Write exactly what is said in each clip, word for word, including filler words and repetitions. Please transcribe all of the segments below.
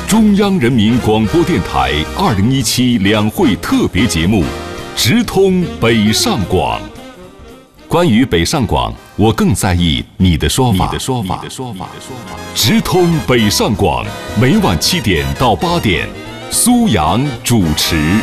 中央人民广播电台二零一七两会特别节目，直通北上广。关于北上广，我更在意你的说法。你的说法。你的说法。直通北上广，每晚七点到八点，苏阳主持。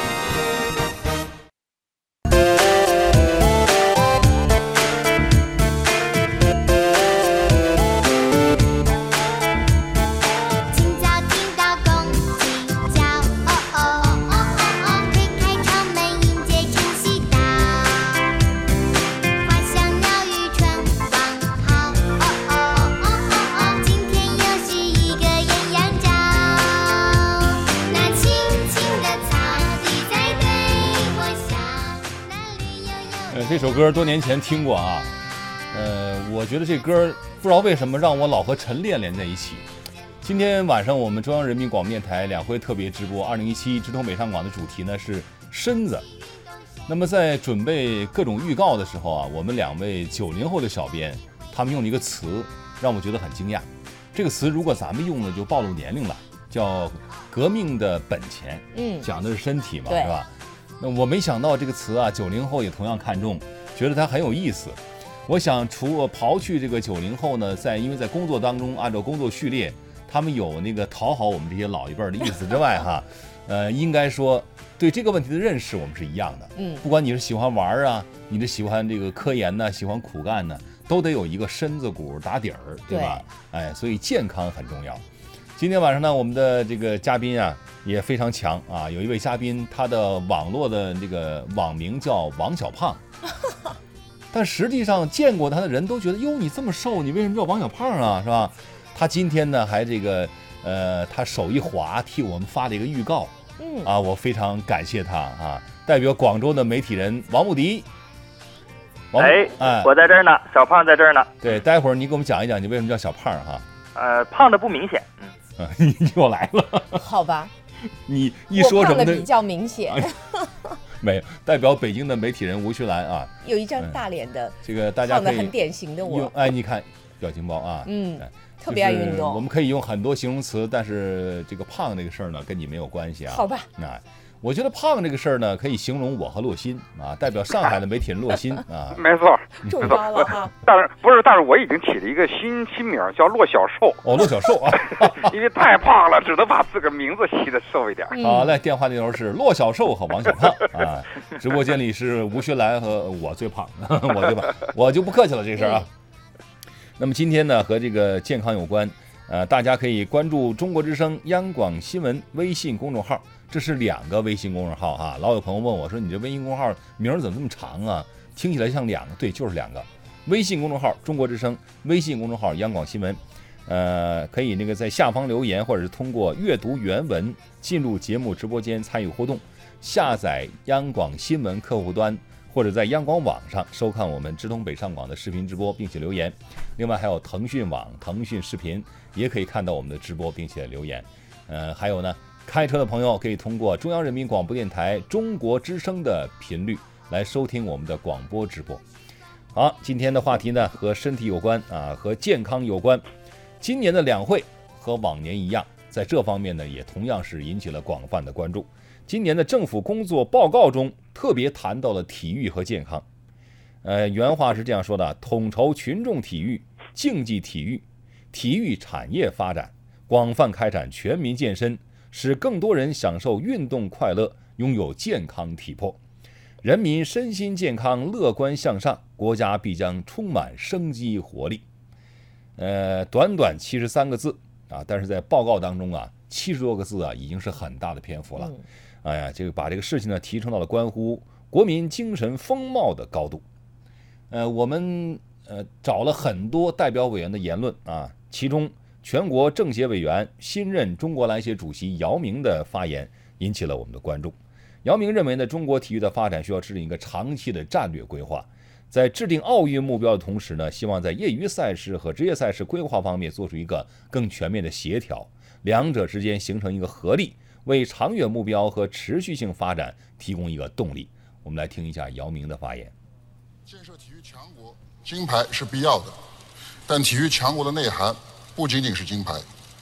这首歌多年前听过啊，呃，我觉得这歌不知道为什么让我老和晨练连在一起。今天晚上我们中央人民广播电台两会特别直播，二零一七直通北上广的主题呢是身子。那么在准备各种预告的时候啊，我们两位九零后的小编，他们用了一个词让我觉得很惊讶。这个词如果咱们用了就暴露年龄了，叫革命的本钱。嗯，讲的是身体嘛，是吧？那我没想到这个词啊，九零后也同样看重，觉得它很有意思。我想除了刨去这个九零后呢，在因为在工作当中按照工作序列，他们有那个讨好我们这些老一辈的意思之外，哈，呃，应该说对这个问题的认识我们是一样的。嗯，不管你是喜欢玩啊，你是喜欢这个科研呢，喜欢苦干呢，都得有一个身子骨打底儿，对吧？对，哎，所以健康很重要。今天晚上呢，我们的这个嘉宾啊也非常强啊，有一位嘉宾，他的网络的这个网名叫王小胖，但实际上见过他的人都觉得，哟，你这么瘦，你为什么叫王小胖啊，是吧？他今天呢还这个呃，他手一滑替我们发了一个预告，嗯啊，我非常感谢他啊，代表广州的媒体人王牧迪。 哎，哎，我在这儿呢，小胖在这儿呢。 对，待会儿你给我们讲一讲你为什么叫小胖哈。 呃，胖的不明显，嗯。 你又来了， 好吧？ 你一说什么的比较明显， 没有代表北京的媒体人吴旭兰啊， 有一张大脸的， 嗯、这个大家可以很典型的我。 哎，你看表情包啊， 嗯，特别爱运动。 我们可以用很多形容词，但是这个胖这个事儿呢，跟你没有关系啊。 好吧？ 那。我觉得胖这个事儿呢，可以形容我和洛欣啊，代表上海的媒体人洛欣啊， 没错， 中招了哈。 但是不是？但是我已经起了一个新新名，叫洛小瘦。 哦，洛小瘦啊， 因为太胖了，只能把这个名字起的瘦一点。 嗯、好嘞，电话那头是洛小瘦和王小胖啊，直播间里是吴学兰和我最胖，我最胖，我就不客气了这个事儿啊。那么今天呢，和这个健康有关，呃，大家可以关注中国之声、央广新闻微信公众号。这是两个微信公众号哈，老有朋友问我说：“你这微信公众号名儿怎么这么长啊？听起来像两个。”对，就是两个。微信公众号中国之声，微信公众号央广新闻。呃，可以那个在下方留言，或者是通过阅读原文进入节目直播间参与互动。下载央广新闻客户端，或者在央广网上收看我们直通北上广的视频直播，并且留言。另外还有腾讯网、腾讯视频也可以看到我们的直播，并且留言。呃，还有呢。开车的朋友可以通过中央人民广播电台中国之声的频率来收听我们的广播直播。好，今天的话题呢和身体有关啊，和健康有关。今年的两会和往年一样，在这方面呢也同样是引起了广泛的关注。今年的政府工作报告中特别谈到了体育和健康。呃，原话是这样说的：统筹群众体育、竞技体育、体育产业发展，广泛开展全民健身。使更多人享受运动快乐，拥有健康体魄，人民身心健康、乐观向上，国家必将充满生机活力。呃，短短七十三个字啊，但是在报告当中啊，七十多个字啊，已经是很大的篇幅了。哎呀，这个把这个事情呢提升到了关乎国民精神风貌的高度。呃，我们呃找了很多代表委员的言论啊，其中。全国政协委员、新任中国篮协主席姚明的发言引起了我们的关注。姚明认为呢，中国体育的发展需要制定一个长期的战略规划，在制定奥运目标的同时呢，希望在业余赛事和职业赛事规划方面做出一个更全面的协调，两者之间形成一个合力，为长远目标和持续性发展提供一个动力。我们来听一下姚明的发言。 建设体育强国，金牌是必要的，但体育强国的内涵不仅仅是金牌，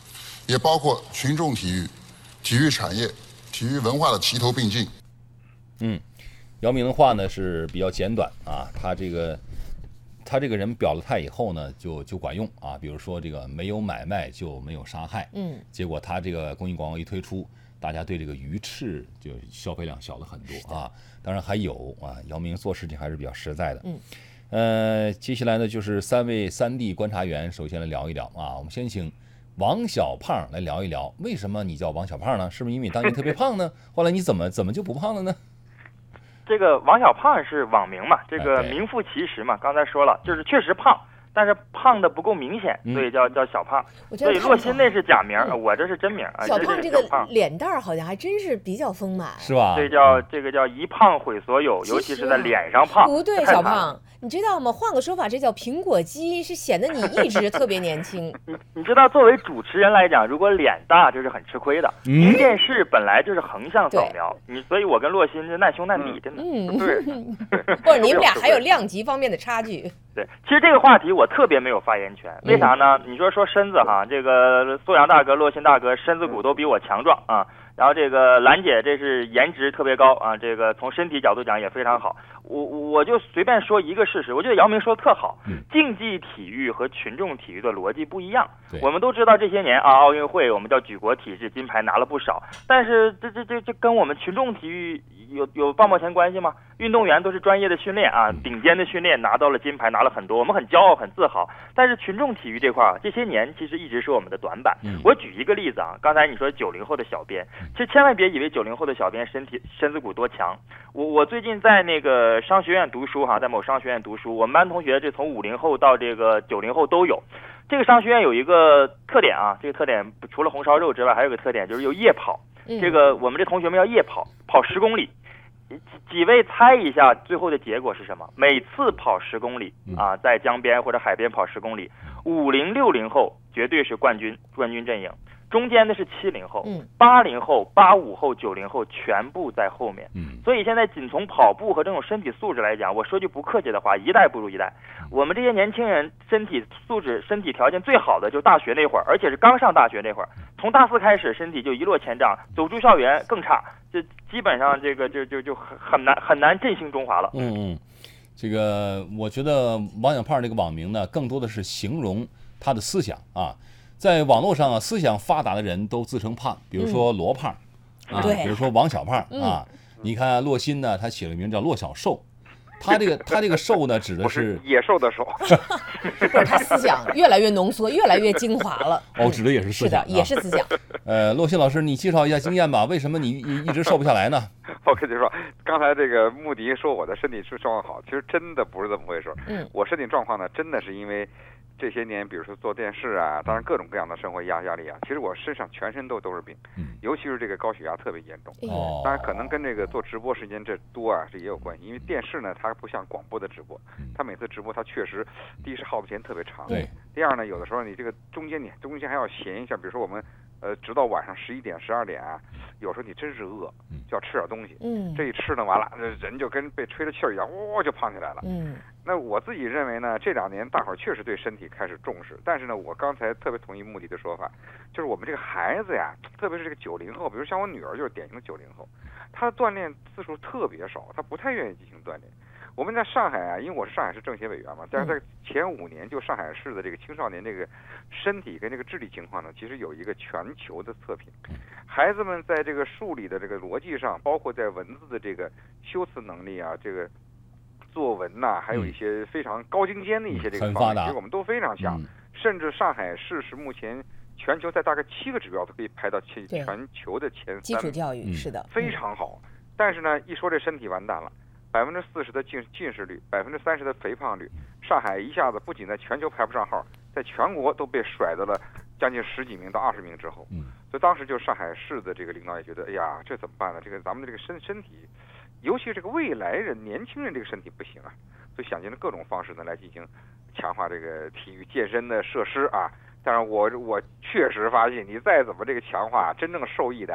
也包括群众体育、体育产业、体育文化的齐头并进。 嗯，姚明的话呢是比较简短啊，他这个他这个人表了态以后呢，就就管用啊。比如说这个没有买卖就没有杀害，嗯，结果他这个公益广告一推出，大家对这个鱼翅就消费量小了很多啊。当然还有啊，姚明做事情还是比较实在的，嗯。呃，接下来呢就是三位三 D 观察员，首先来聊一聊啊。我们先请王小胖来聊一聊，为什么你叫王小胖呢？是不是因为你当年特别胖呢？后来你怎么怎么就不胖了呢？ 这个王小胖是网名嘛，这个名副其实嘛。刚才说了，就是确实胖，但是胖的不够明显，所以叫叫小胖。所以洛鑫那是假名， 嗯、 我这是真名啊。 小胖这个脸蛋儿好像还真是比较丰满， 是吧？ 这叫这个叫一胖毁所有，尤其是在脸上胖。 不对，小胖，你知道吗？换个说法，这叫苹果肌，是显得你一直特别年轻。 你你知道，作为主持人来讲，如果脸大，这是很吃亏的。嗯、电视本来就是横向扫描，你所以，我跟洛鑫就难兄难弟，真的。 嗯， 对。 不是，你们俩还有量级方面的差距。 对，其实这个话题我特别没有发言权，为啥呢？你说说身子哈，这个苏阳大哥、洛鑫大哥身子骨都比我强壮啊。然后这个兰姐这是颜值特别高啊，这个从身体角度讲也非常好。我我就随便说一个事实，我觉得姚明说的特好，竞技体育和群众体育的逻辑不一样。我们都知道这些年啊，奥运会我们叫举国体制，金牌拿了不少，但是这这这这跟我们群众体育有有半毛钱关系吗？运动员都是专业的训练啊，顶尖的训练拿到了金牌，拿了很多，我们很骄傲很自豪。但是群众体育这块这些年其实一直是我们的短板。我举一个例子啊，刚才你说九零后的小编，其实千万别以为九零后的小编身体身子骨多强。我我最近在那个商学院读书哈，在某商学院读书，我们班同学这从五零后到这个九零后都有。这个商学院有一个特点啊，这个特点除了红烧肉之外，还有个特点就是有夜跑。这个我们这同学们要夜跑，跑十公里。几几位猜一下最后的结果是什么？每次跑十公里啊，在江边或者海边跑十公里，五零六零后绝对是冠军冠军阵营。中间的是七零后，八零后、八五后、九零后全部在后面。嗯，所以现在仅从跑步和这种身体素质来讲，我说句不客气的话，一代不如一代。我们这些年轻人身体素质、身体条件最好的就是大学那会儿，而且是刚上大学那会儿，从大四开始身体就一落千丈，走出校园更差，就基本上这个就就就很很难很难振兴中华了。 嗯嗯，这个我觉得王小胖这个网名呢，更多的是形容他的思想啊。在网络上啊，思想发达的人都自称胖，比如说罗胖， 嗯、 啊，比如说王小胖、嗯、啊。你看洛鑫呢，他起了名叫洛小瘦，他这个他这个瘦呢，指的是野兽的瘦， 不是他思想越来越浓缩，越来越精华了。 哦，指的也是思想， 是的，也是思想。 呃，洛鑫老师，你介绍一下经验吧，为什么你一直瘦不下来呢？ 我跟你说，刚才这个穆迪说我的身体是状况好，其实真的不是这么回事。嗯，我身体状况呢，真的是因为这些年，比如说做电视啊，当然各种各样的生活压压力啊，其实我身上全身都都是病，嗯，尤其是这个高血压特别严重。哦，当然可能跟这个做直播时间这多啊是也有关系，因为电视呢它不像广播的直播，它每次直播它确实第一是耗的时间特别长，对，第二呢有的时候你这个中间你中间还要闲一下，比如说我们呃直到晚上十一点十二点啊，有时候你真是饿，就要吃点东西，嗯，这一吃呢完了人就跟被吹了气儿一样，哇就胖起来了，嗯。那我自己认为呢，这两年大伙儿确实对身体开始重视，但是呢，我刚才特别同意穆迪的说法，就是我们这个孩子呀，特别是这个九零后，比如像我女儿就是典型的九零后，她锻炼次数特别少，她不太愿意进行锻炼。我们在上海啊，因为我是上海市政协委员嘛，但是在前五年就上海市的这个青少年这个身体跟这个智力情况呢，其实有一个全球的测评，孩子们在这个数理的这个逻辑上，包括在文字的这个修辞能力啊，这个作文呐、啊，还有一些非常高精尖的一些这个方面，其实我们都非常强。嗯、甚至上海市是目前全球在大概七个指标都可以排到全全球的前三。 基础教育是的， 非常好。但是呢，一说这身体完蛋了，百分之四十的近近视率，百分之三十的肥胖率，上海一下子不仅在全球排不上号，在全国都被甩到了将近十几名到二十名之后。嗯，所以当时就上海市的这个领导也觉得，哎呀，这怎么办呢？这个咱们的这个身身体。尤其是这个未来人、年轻人这个身体不行啊，所以想尽了各种方式呢来进行强化这个体育健身的设施啊。当然我，我我确实发现，你再怎么这个强化，真正受益的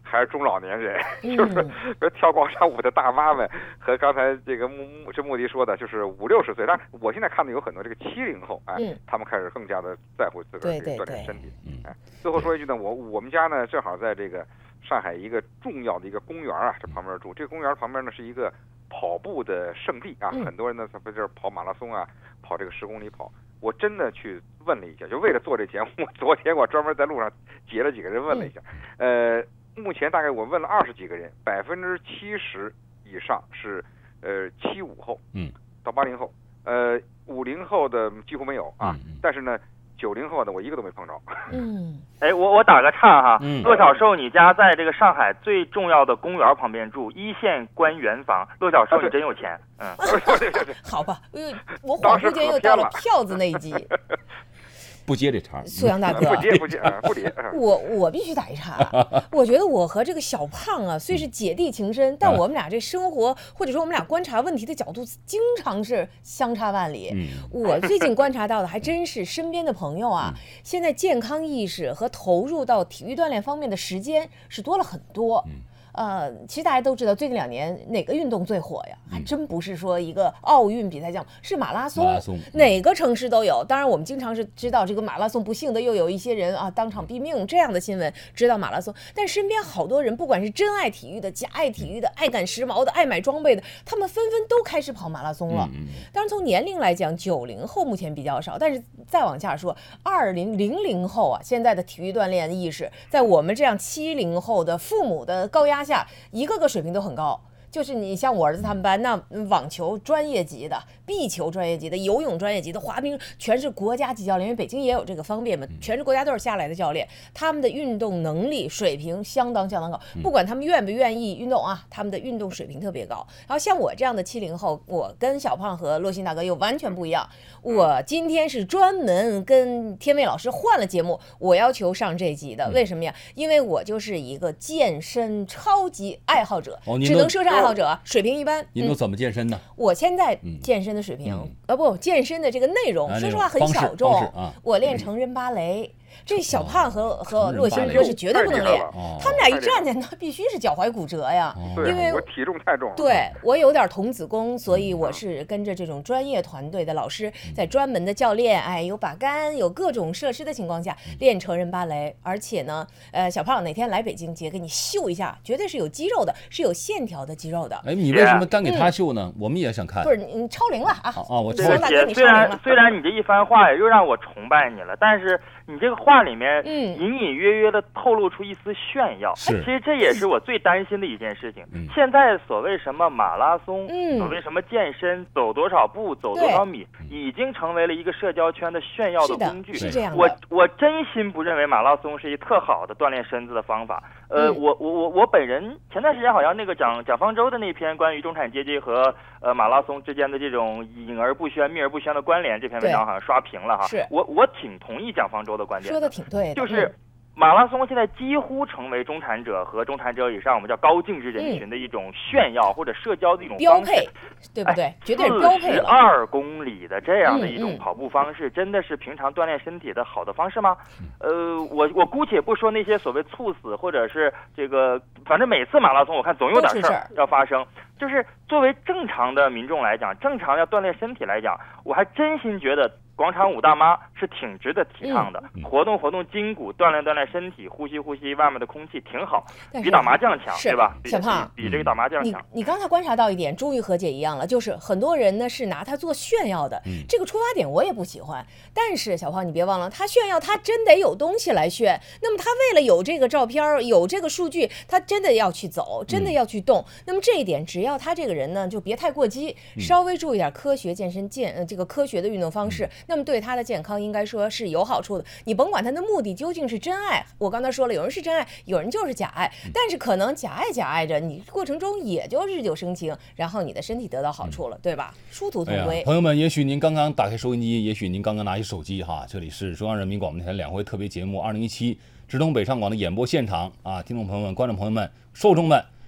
还是中老年人，就是跳广场舞的大妈们，和刚才这个穆穆这穆迪说的，就是五六十岁。但我现在看到有很多这个七零后，哎，嗯、他们开始更加的在乎自个儿这个锻炼身体。哎，最后说一句呢，我我们家呢正好在这个上海一个重要的一个公园啊，这旁边住。这个公园旁边呢是一个跑步的圣地啊，嗯、很多人呢在这儿跑马拉松啊，跑这个十公里跑。我真的去问了一下，就为了做这节目，昨天我专门在路上截了几个人问了一下，嗯、呃。目前大概我问了二十几个人，百分之七十以上是呃七五后，嗯，到八零后，呃五零后的几乎没有啊，嗯、但是呢九零后的我一个都没碰着。嗯， 哎，我我打个岔哈，嗯、骆小寿，你家在这个上海最重要的公园旁边住，一线官园房，骆小寿你真有钱，嗯， 好吧，我恍惚间又到了票子那一集。 不接这茬， 苏阳大哥， 不接不接不接。 我我必须打一岔，我觉得我和这个小胖啊，虽是姐弟情深，但我们俩这生活或者说我们俩观察问题的角度，经常是相差万里。嗯、我最近观察到的还真是身边的朋友啊，嗯、现在健康意识和投入到体育锻炼方面的时间是多了很多。嗯呃，其实大家都知道，最近两年哪个运动最火呀？还真不是说一个奥运比赛项目，是马拉松。 马拉松， 哪个城市都有。当然，我们经常是知道这个马拉松，不幸的又有一些人啊当场毙命这样的新闻，知道马拉松。但身边好多人，不管是真爱体育的、假爱体育的、爱赶时髦的、爱买装备的，他们纷纷都开始跑马拉松了。嗯、当然，从年龄来讲，九零后目前比较少，但是再往下说，二零零零后啊，现在的体育锻炼意识，在我们这样七零后的父母的高压下，一个个水平都很高。就是你像我儿子他们班，那网球专业级的、壁球专业级的、游泳专业级的、滑冰，全是国家级教练，因为北京也有这个方便嘛，全是国家队下来的教练，他们的运动能力水平相当相当高，不管他们愿不愿意运动啊，他们的运动水平特别高。然后像我这样的七零后，我跟小胖和洛鑫大哥又完全不一样。我今天是专门跟天卫老师换了节目，我要求上这集的，为什么呀？因为我就是一个健身超级爱好者， 哦、 只能说是爱好者，水平一般。 您都怎么健身呢？ 嗯、我现在健身的水平，嗯、呃不，健身的这个内容，啊、说实话很小众。 啊、 我练成人芭蕾。这小胖和和洛鑫哥是绝对不能练，他们俩一站在那必须是脚踝骨折呀，因为我体重太重了。 对，我有点童子功，所以我是跟着这种专业团队的老师，在专门的教练，哎，有把杆，有各种设施的情况下练成人芭蕾。而且呢，呃，小胖哪天来北京，姐给你秀一下，绝对是有肌肉的，是有线条的肌肉的。 哎，你为什么单给他秀呢？我们也想看。 不是你超龄了啊！ 啊，我超龄了。 虽然虽然你这一番话又让我崇拜你了，但是你这个话里面，嗯，隐隐约约的透露出一丝炫耀。 是， 其实这也是我最担心的一件事情。嗯、现在所谓什么马拉松，嗯，所谓什么健身，走多少步，走多少米，已经成为了一个社交圈的炫耀的工具。 是的，是这样的。 我我真心不认为马拉松是一特好的锻炼身子的方法。呃，嗯、我我我我本人前段时间好像那个蒋蒋方舟的那篇关于中产阶级和呃马拉松之间的这种隐而不宣、秘而不宣的关联，这篇文章好像刷屏了哈。 是， 我我挺同意蒋方舟的观点的， 说的挺对的， 就是马拉松现在几乎成为中产者和中产者以上我们叫高净值人群的一种炫耀或者社交的一种标配，对不对？ 哎、 绝对是标配了。 四十二公里的这样的一种跑步方式，嗯嗯、真的是平常锻炼身体的好的方式吗？呃，我我姑且不说那些所谓猝死或者是这个，反正每次马拉松我看总有点事儿要发生。就是作为正常的民众来讲，正常要锻炼身体来讲，我还真心觉得广场舞大妈是挺值得提倡的，嗯、活动活动筋骨，锻炼锻炼身体，呼吸呼吸外面的空气，挺好，比打麻将强，对吧？ 小胖， 比, 比这个打麻将强。 你你刚才观察到一点，终于和姐一样了，就是很多人呢是拿它做炫耀的，嗯、这个出发点我也不喜欢。但是小胖，你别忘了，他炫耀，他真得有东西来炫。那么他为了有这个照片，有这个数据，他真的要去走，真的要去动。嗯、那么这一点，只要他这个人呢，就别太过激，嗯、稍微注意点科学健身健呃这个科学的运动方式，嗯、那么对他的健康应该说是有好处的。你甭管他的目的究竟是真爱，我刚才说了，有人是真爱，有人就是假爱，嗯、但是可能假爱假爱着，你过程中也就日久生情，然后你的身体得到好处了，嗯、对吧？殊途同归。 哎、朋友们，也许您刚刚打开收音机，也许您刚刚拿起手机哈，这里是中央人民广播电台两会特别节目二零一七直通北上广的演播现场啊，听众朋友们、观众朋友们、受众们，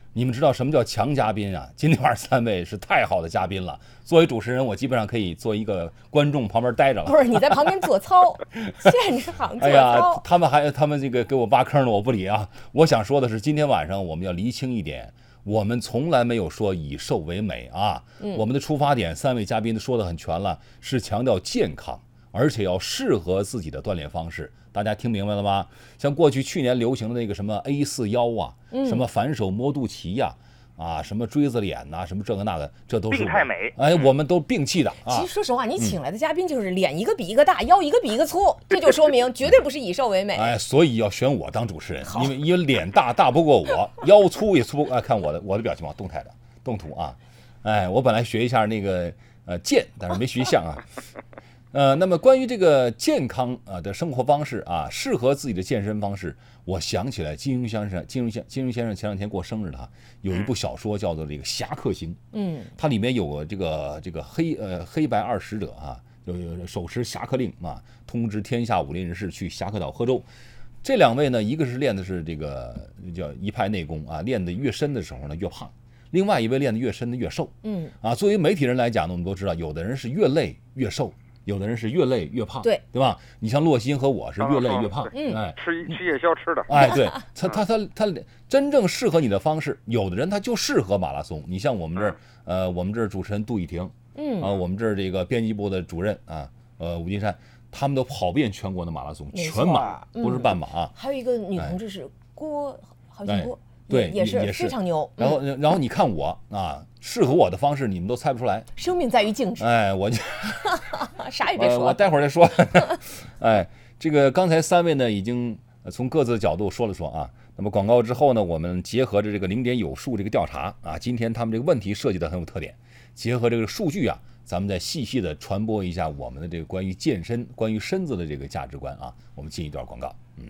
你们知道什么叫强嘉宾啊？今天晚上三位是太好的嘉宾了。作为主持人，我基本上可以做一个观众旁边待着了。 不是你在旁边做操，现场做操。 哎呀，他们还他们这个给我挖坑了，我不理啊。我想说的是，今天晚上我们要厘清一点，我们从来没有说以瘦为美啊。嗯、我们的出发点，三位嘉宾说的很全了，是强调健康，而且要适合自己的锻炼方式。大家听明白了吗？像过去去年流行的那个什么 A 四 腰啊，嗯、什么反手摸肚脐呀、啊，啊，什么锥子脸呐、啊，什么这个那个，这都是病态美。 哎，我们都摒弃的啊。 其实说实话，你请来的嘉宾就是脸一个比一个大，腰一个比一个粗，这就说明绝对不是以瘦为美。 哎，所以要选我当主持人，因为因为脸大大不过我，腰粗也粗不。哎，看我的我的表情吧，动态的动图啊。哎，我本来学一下那个呃健，但是没学像啊。呃，那么关于这个健康啊的生活方式啊，适合自己的健身方式，我想起来金庸先生，金庸先金庸先生前两天过生日了哈，有一部小说叫做这个《侠客行》，嗯，它里面有这个这个黑呃黑白二使者啊，有有手持侠客令啊，通知天下武林人士去侠客岛喝粥。这两位呢，一个是练的是这个叫一派内功啊，练得越深的时候呢越胖。另外一位练得越深的越瘦，嗯啊，作为媒体人来讲呢，我们都知道，有的人是越累越瘦。有的人是越累越胖， 对对吧？你像洛心和我是越累越胖， 嗯，哎，吃吃夜宵吃的， 哎，对，他他他他真正适合你的方式，有的人他就适合马拉松。你像我们这儿，呃，我们这儿主持人杜一婷，嗯啊，我们这儿这个编辑部的主任啊，呃，吴金山，他们都跑遍全国的马拉松，全马不是半马啊。 还有一个女同志是郭，好像郭。 对， 也是非常牛。 然后，然后你看我啊，适合我的方式你们都猜不出来。 生命在于静止。 哎，我就啥也别说、呃， 我待会儿再说。哎，这个刚才三位呢已经从各自的角度说了说啊。那么广告之后呢，我们结合着这个零点有数这个调查啊，今天他们这个问题设计的很有特点，结合这个数据啊，咱们再细细的传播一下我们的这个关于健身、关于身子的这个价值观啊。我们进一段广告，嗯。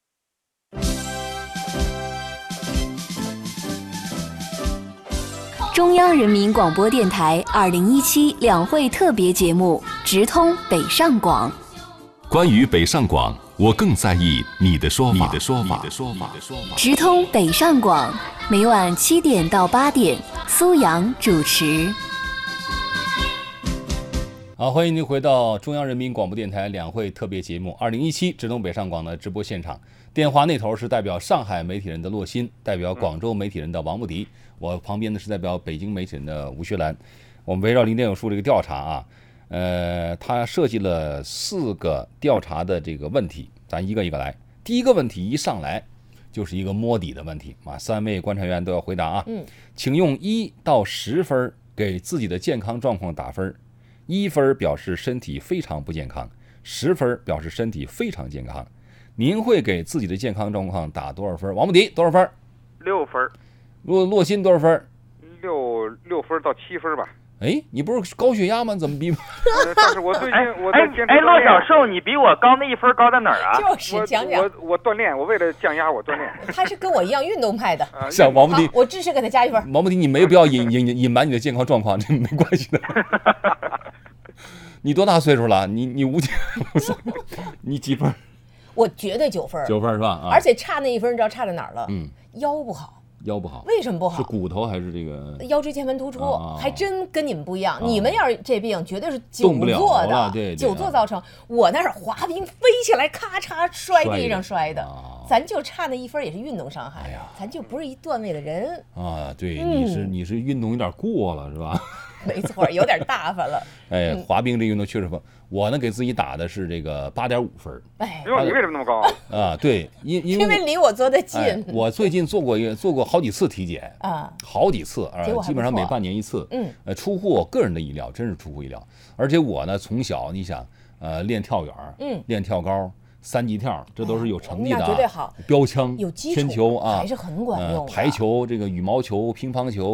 中央人民广播电台二零一七两会特别节目直通北上广。 关于北上广，我更在意你的说法。你的说法。 直通北上广，每晚七点到八点，苏阳主持。 好，欢迎您回到中央人民广播电台两会特别节目二零一七直通北上广的直播现场。电话那头是代表上海媒体人的洛心，代表广州媒体人的王牧迪，我旁边呢是代表北京媒体人的吴学兰。我们围绕零点有数这个调查啊，呃，他设计了四个调查的这个问题，咱一个一个来。第一个问题一上来就是一个摸底的问题啊，三位观察员都要回答啊。嗯，请用一到十分给自己的健康状况打分，一分表示身体非常不健康，十分表示身体非常健康。您会给自己的健康状况打多少分？王牧迪多少分？ 六分。 洛洛心多少分？ 六六分到七分吧。 哎，你不是高血压吗？怎么比？ 但是我最近我在坚持。 哎，骆小寿，你比我高那一分高在哪儿啊？ 就是讲讲。 我我锻炼，我为了降压我锻炼。 他是跟我一样运动派的。 像王牧迪， 我支持给他加一分。 王牧迪，你没必要隐隐隐瞒你的健康状况，这没关系的。你多大岁数了？你你五几？你几分？ 我绝对九分， 九分是吧？啊、 而且差那一分，你知道差在哪儿了？嗯，腰不好， 腰不好， 为什么不好？ 是骨头还是这个腰椎间盘突出？ 啊、 还真跟你们不一样。啊、你们要是这病，绝对是久坐的， 对对久坐造成。我那是滑冰飞起来，咔嚓摔地上摔的。啊、咱就差那一分，也是运动伤害。哎呀，咱就不是一段位的人啊。对，嗯、你是你是运动有点过了，是吧？ 没错，有点大发了。 哎，滑冰这运动确实不，我呢给自己打的是这个八点五分。 哎， 你为什么那么高啊？对，因因为因为离我坐得近、 哎。我最近做过一做过好几次体检啊，好几次啊，基本上每半年一次。嗯，呃，出乎我个人的意料，真是出乎意料。而且我呢，从小你想，呃，练跳远，嗯，练跳高。三级跳，这都是有成绩的、啊， 绝对好。 标枪、 有基础， 铅球啊， 还是很管用、 呃。排球、这个羽毛球、乒乓球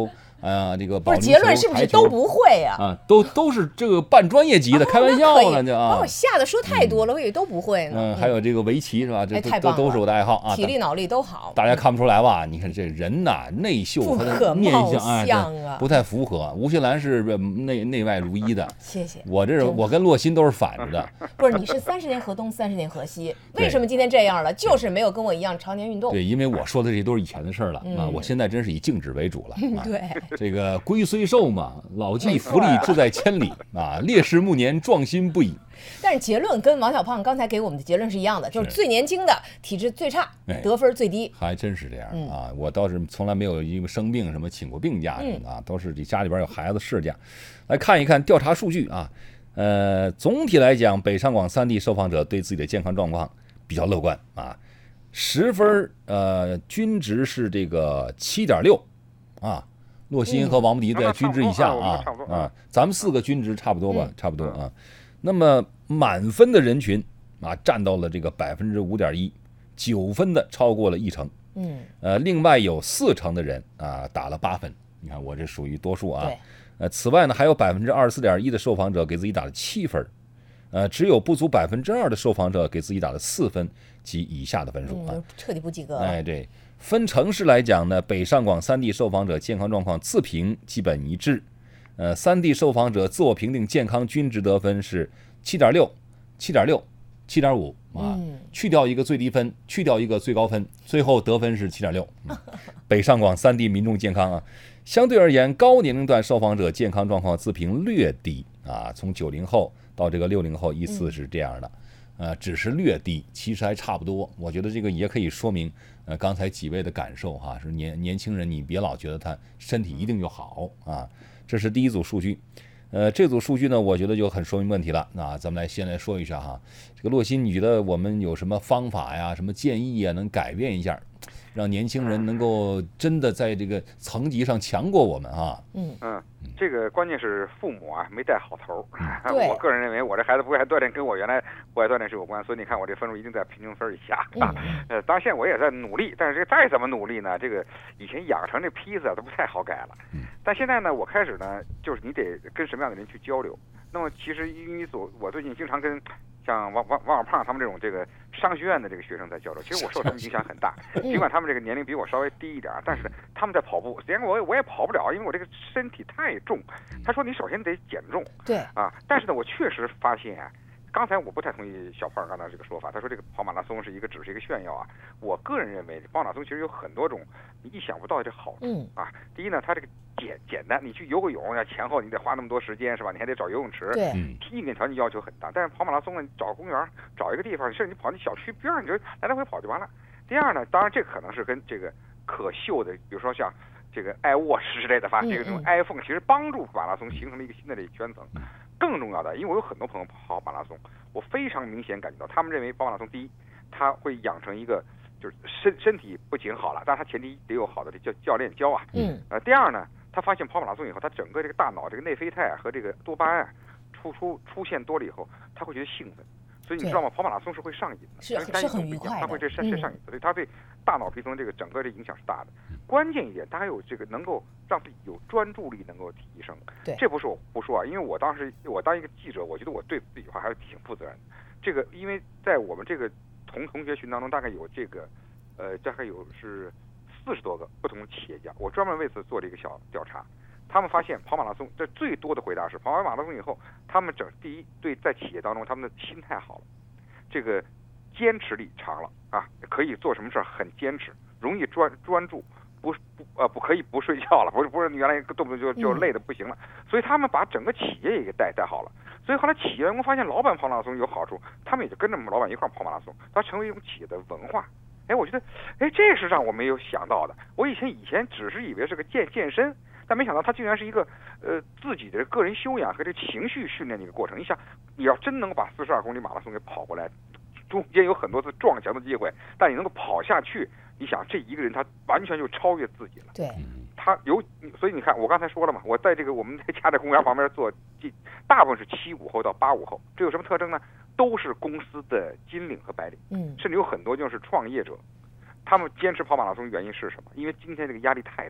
啊，这个不是结论是不是都不会呀？ 啊，都都是这个半专业级的，开玩笑了就啊！ 把我吓得说太多了，我以为都不会呢。 嗯，还有这个围棋是吧？这都都是我的爱好啊， 体力脑力都好。 大家看不出来吧？你看这人呐，内秀他的面相哎，不太符合。吴秀兰是内内外如一的。 谢谢。 我这我跟洛心都是反着的。 不是，你是三十年河东，三十年河西，为什么今天这样了？就是没有跟我一样常年运动。 对，因为我说的这都是以前的事儿了啊，我现在真是以静止为主了。 对， 这个龟虽寿嘛，老骥伏枥，志在千里啊！烈士暮年，壮心不已。 但是结论跟王小胖刚才给我们的结论是一样的，就是最年轻的体质最差，得分最低。 还真是这样啊！我倒是从来没有因为生病什么请过病假什么的啊，都是家里边有孩子事假。来看一看调查数据啊，呃，总体来讲，北上广三地受访者对自己的健康状况比较乐观啊，十分呃均值是这个七点六啊。洛心和王牧迪在均值以下啊啊，咱们四个均值差不多吧，差不多啊。那么满分的人群啊，占到了这个百分之五点一，九分的超过了一成。嗯，呃，另外有四成的人啊打了八分，你看我这属于多数啊。呃，此外呢，还有百分之二十四点一的受访者给自己打了七分，呃，只有不足百分之二的受访者给自己打了四分及以下的分数啊， 嗯、彻底不及格。 哎，对。分城市来讲呢，北上广三地受访者健康状况自评基本一致，呃，三地受访者自我评定健康均值得分是七点六、七点六、七点五啊，嗯、去掉一个最低分，去掉一个最高分，最后得分是七点六。北上广三地民众健康啊，相对而言，高年龄段受访者健康状况自评略低啊，从九零后到这个六零后依次是这样的。嗯呃，只是略低，其实还差不多。我觉得这个也可以说明，呃，刚才几位的感受哈，是年年轻人，你别老觉得他身体一定就好啊。这是第一组数据，呃，这组数据呢，我觉得就很说明问题了。那咱们来先来说一下哈，这个洛心，你觉得我们有什么方法呀、什么建议啊，能改变一下，让年轻人能够真的在这个层级上强过我们啊？ 嗯嗯。这个关键是父母啊没带好头。 对， 我个人认为我这孩子不爱锻炼跟我原来不爱锻炼是有关，所以你看我这分数一定在平均分以下啊。呃，当然现在我也在努力，但是这再怎么努力呢，这个以前养成这坯子啊都不太好改了。但现在呢，我开始呢，就是你得跟什么样的人去交流。那么其实因为所我最近经常跟像王王王小胖他们这种这个商学院的这个学生在交流，其实我受他们影响很大。尽管他们这个年龄比我稍微低一点，但是他们在跑步，虽然我我也跑不了，因为我这个身体太重。他说你首先得减重， 对啊，但是呢，我确实发现啊，刚才我不太同意小胖刚才这个说法。他说这个跑马拉松是一个只是一个炫耀啊。我个人认为跑马拉松其实有很多种你意想不到的好处、嗯、啊。第一呢，它这个简简单，你去游个泳呀，前后你得花那么多时间是吧？你还得找游泳池， 对， 硬件条件要求很大。但是跑马拉松呢，你找个公园，找一个地方，甚至你跑你小区边上，你就来来回跑就完了。第二呢，当然这可能是跟这个可秀的，比如说像这个爱沃什之类的，发这个这种 iPhone 其实帮助马拉松形成了一个新的这个圈层。更重要的，因为我有很多朋友跑马拉松，我非常明显感觉到，他们认为跑马拉松第一，他会养成一个就是身身体不仅好了，但是他前提得有好的教教练教啊。嗯。呃，第二呢，他发现跑马拉松以后，他整个这个大脑这个内啡肽和这个多巴胺出出出现多了以后，他会觉得兴奋。所以你知道吗？跑马拉松是会上瘾的， 是是很愉快的， 它会这是是上瘾的，所以它对大脑皮层这个整个的影响是大的。关键一点，它还有这个能够让自己有专注力能够提升。 对， 这不是我不说啊，因为我当时我当一个记者，我觉得我对自己的话还是挺负责任的。这个因为在我们这个同同学群当中，大概有这个呃大概有是四十多个不同的企业家，我专门为此做了一个小调查。他们发现跑马拉松，这最多的回答是跑完马拉松以后，他们整第一对在企业当中他们的心态好了，这个坚持力长了啊，可以做什么事儿很坚持，容易专专注，不不呃不可以不睡觉了，不是不是原来动不动就就累的不行了，所以他们把整个企业也给带带好了。所以后来企业员工发现老板跑马拉松有好处，他们也就跟着老板一块跑马拉松，它成为一种企业的文化。哎，我觉得哎这是让我没有想到的，我以前以前只是以为是个健健身。但没想到它竟然是一个呃自己的个人修养和这情绪训练的一个过程。你想，你要真能够把四十二公里马拉松给跑过来，中间有很多次撞墙的机会，但你能够跑下去，你想这一个人他完全就超越自己了。 对， 他有，所以你看我刚才说了嘛，我在这个我们在家的公园旁边做，大部分是七五后到八五后，这有什么特征呢？都是公司的金领和白领，嗯，甚至有很多就是创业者。他们坚持跑马拉松原因是什么？因为今天这个压力太大，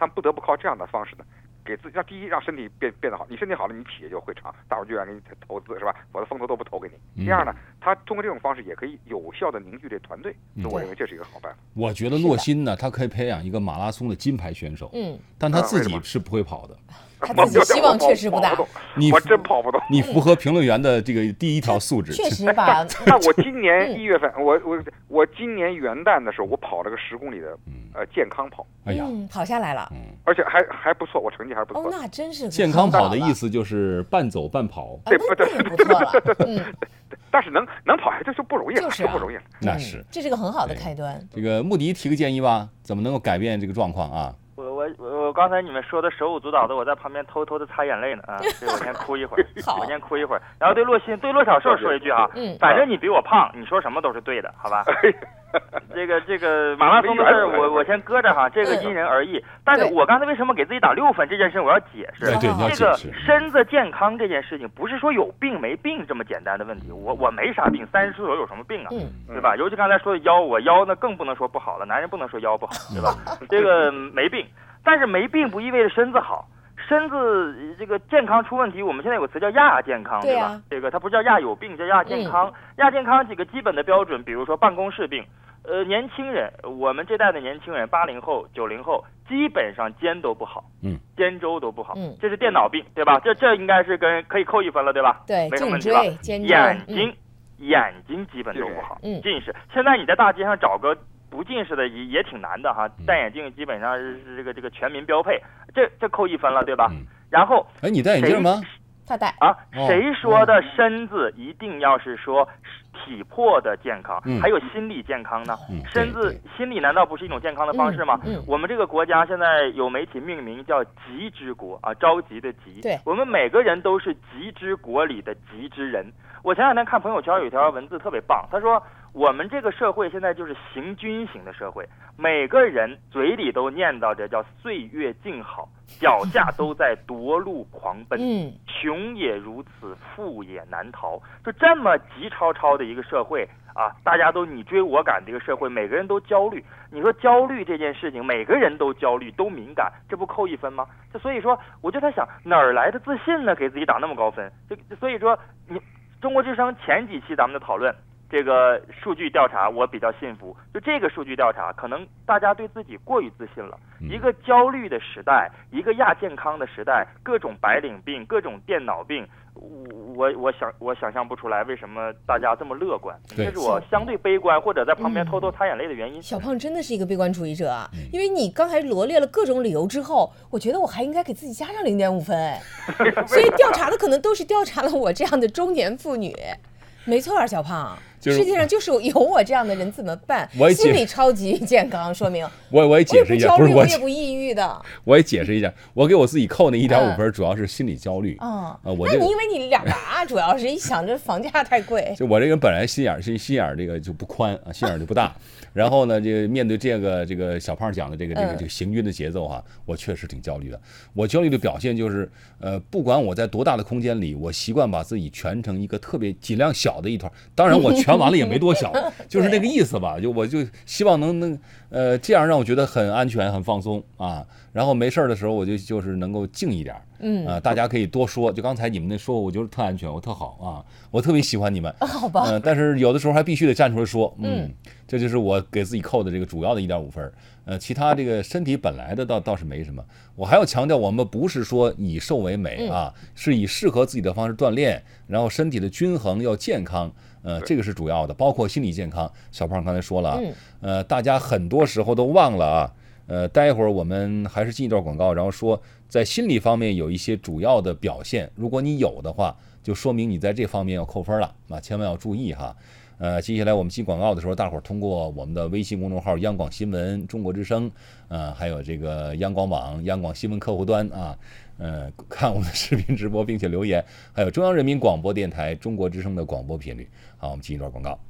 他们不得不靠这样的方式呢，给自己让第一让身体变变得好，你身体好了，你企业就会长，大伙就愿意给你投资，是吧？否则风投都不投给你。第二呢，他通过这种方式也可以有效的凝聚这团队，所以我认为这是一个好办法。 我觉得洛鑫呢，他可以培养一个马拉松的金牌选手，嗯，但他自己是不会跑的。 他自己希望确实不大， 你我真跑不动。 你符合评论员的这个第一条素质。 确实吧。 那我今年一月份，我我我今年元旦的时候，我跑了个十公里的呃健康跑。 哎呀， 跑下来了， 而且还还不错，我成绩还不错。 哦，那真是健康跑的意思就是半走半跑。 对，不对， 不错了。嗯。 但是能能跑下去就不容易了， 就是不容易了。 那是， 这是个很好的开端。 这个穆迪提个建议吧，怎么能够改变这个状况啊？ 我我我我刚才你们说的手舞足蹈的，我在旁边偷偷的擦眼泪呢啊！所以我先哭一会儿，我先哭一会儿。然后对洛鑫、对骆小寿说一句哈，嗯，反正你比我胖，你说什么都是对的，好吧？这个这个马拉松的事儿，我我先搁着哈，这个因人而异。但是我刚才为什么给自己打六分这件事，我要解释。 对， 这个身子健康这件事情，不是说有病没病这么简单的问题。我我没啥病，三十出头有什么病啊？对吧？尤其刚才说的腰，我腰那更不能说不好了，男人不能说腰不好，对吧？这个没病。但是没病不意味着身子好，身子这个健康出问题，我们现在有个词叫亚健康，对吧？对啊、这个它不是叫亚有病，叫亚健康。嗯、亚健康几个基本的标准，比如说办公室病，呃，年轻人，我们这代的年轻人，八零后、九零后，基本上肩都不好，嗯，肩周都不好，嗯，这是电脑病，对吧？这这应该是跟可以扣一分了，对吧？ 对， 没什么问题吧？ 肩眼睛、嗯、眼睛基本都不好，嗯，近视。现在你在大街上找个不近视的也也挺难的哈，戴眼镜基本上是这个这个全民标配，这这扣一分了，对吧？嗯、然后， 哎，你戴眼镜吗？ 他戴啊，哦、谁说的身子一定要是说体魄的健康，嗯、还有心理健康呢？嗯、身子心理难道不是一种健康的方式吗？嗯嗯、我们这个国家现在有媒体命名叫急之国啊，着急的急。 对， 我们每个人都是急之国里的急之人。我前两天看朋友圈有一条文字特别棒，他说我们这个社会现在就是行军型的社会，每个人嘴里都念叨着叫岁月静好，脚下都在夺路狂奔，嗯，穷也如此，富也难逃。就这么急超超的一个社会啊，大家都你追我赶的一个社会，每个人都焦虑。你说焦虑这件事情，每个人都焦虑，都敏感，这不扣一分吗？就所以说，我就在想哪儿来的自信呢？给自己打那么高分？就所以说，你中国之声前几期咱们的讨论。这个数据调查我比较信服，就这个数据调查，可能大家对自己过于自信了。一个焦虑的时代，一个亚健康的时代，各种白领病，各种电脑病，我我想我想象不出来为什么大家这么乐观，这是我相对悲观或者在旁边偷偷擦眼泪的原因。 嗯、小胖真的是一个悲观主义者啊，因为你刚才罗列了各种理由之后，我觉得我还应该给自己加上零点五分哎，所以调查的可能都是调查了我这样的中年妇女。没错啊，小胖，就是、世界上就是有我这样的人怎么办？ 我也心理超级健康，说明我我也解释一下， 不是我也不抑郁的。 我也解释一下，我给我自己扣那一点五分，主要是心理焦虑。 嗯啊，我那你以为你两个啊？主要是一想着房价太贵。 就我这个人本来心眼是心眼这个就不宽啊，心眼就不大。然后呢，这个面对这个这个小胖讲的这个这个这个行军的节奏哈、啊，我确实挺焦虑的。我焦虑的表现就是，呃，不管我在多大的空间里，我习惯把自己蜷成一个特别尽量小的一团。当然，我蜷完了也没多小，就是那个意思吧。就我就希望能能呃这样让我觉得很安全、很放松啊。然后没事的时候，我就就是能够静一点。嗯啊、呃，大家可以多说。就刚才你们那说，我觉得特安全，我特好啊，我特别喜欢你们。 好吧。 嗯、呃，但是有的时候还必须得站出来说，嗯，嗯这就是我给自己扣的这个主要的一点五分。呃，其他这个身体本来的倒倒是没什么。我还要强调，我们不是说以瘦为美啊，嗯、是以适合自己的方式锻炼，然后身体的均衡要健康。呃，这个是主要的，包括心理健康。小胖刚才说了，嗯、呃，大家很多时候都忘了啊。呃，待会儿我们还是进一段广告，然后说在心理方面有一些主要的表现，如果你有的话，就说明你在这方面要扣分了啊，千万要注意哈。呃，接下来我们进广告的时候，大伙儿通过我们的微信公众号央广新闻、中国之声，呃，还有这个央广网、央广新闻客户端啊，呃，看我们的视频直播并且留言，还有中央人民广播电台中国之声的广播频率。好，我们进一段广告。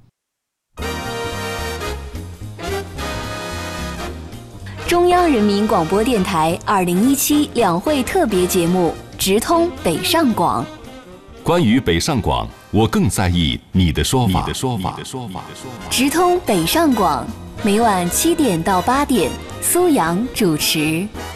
中央人民广播电台二零一七两会特别节目直通北上广。 关于北上广，我更在意你的说法。你的说法。你的说法。 直通北上广，每晚七点到八点，苏阳主持。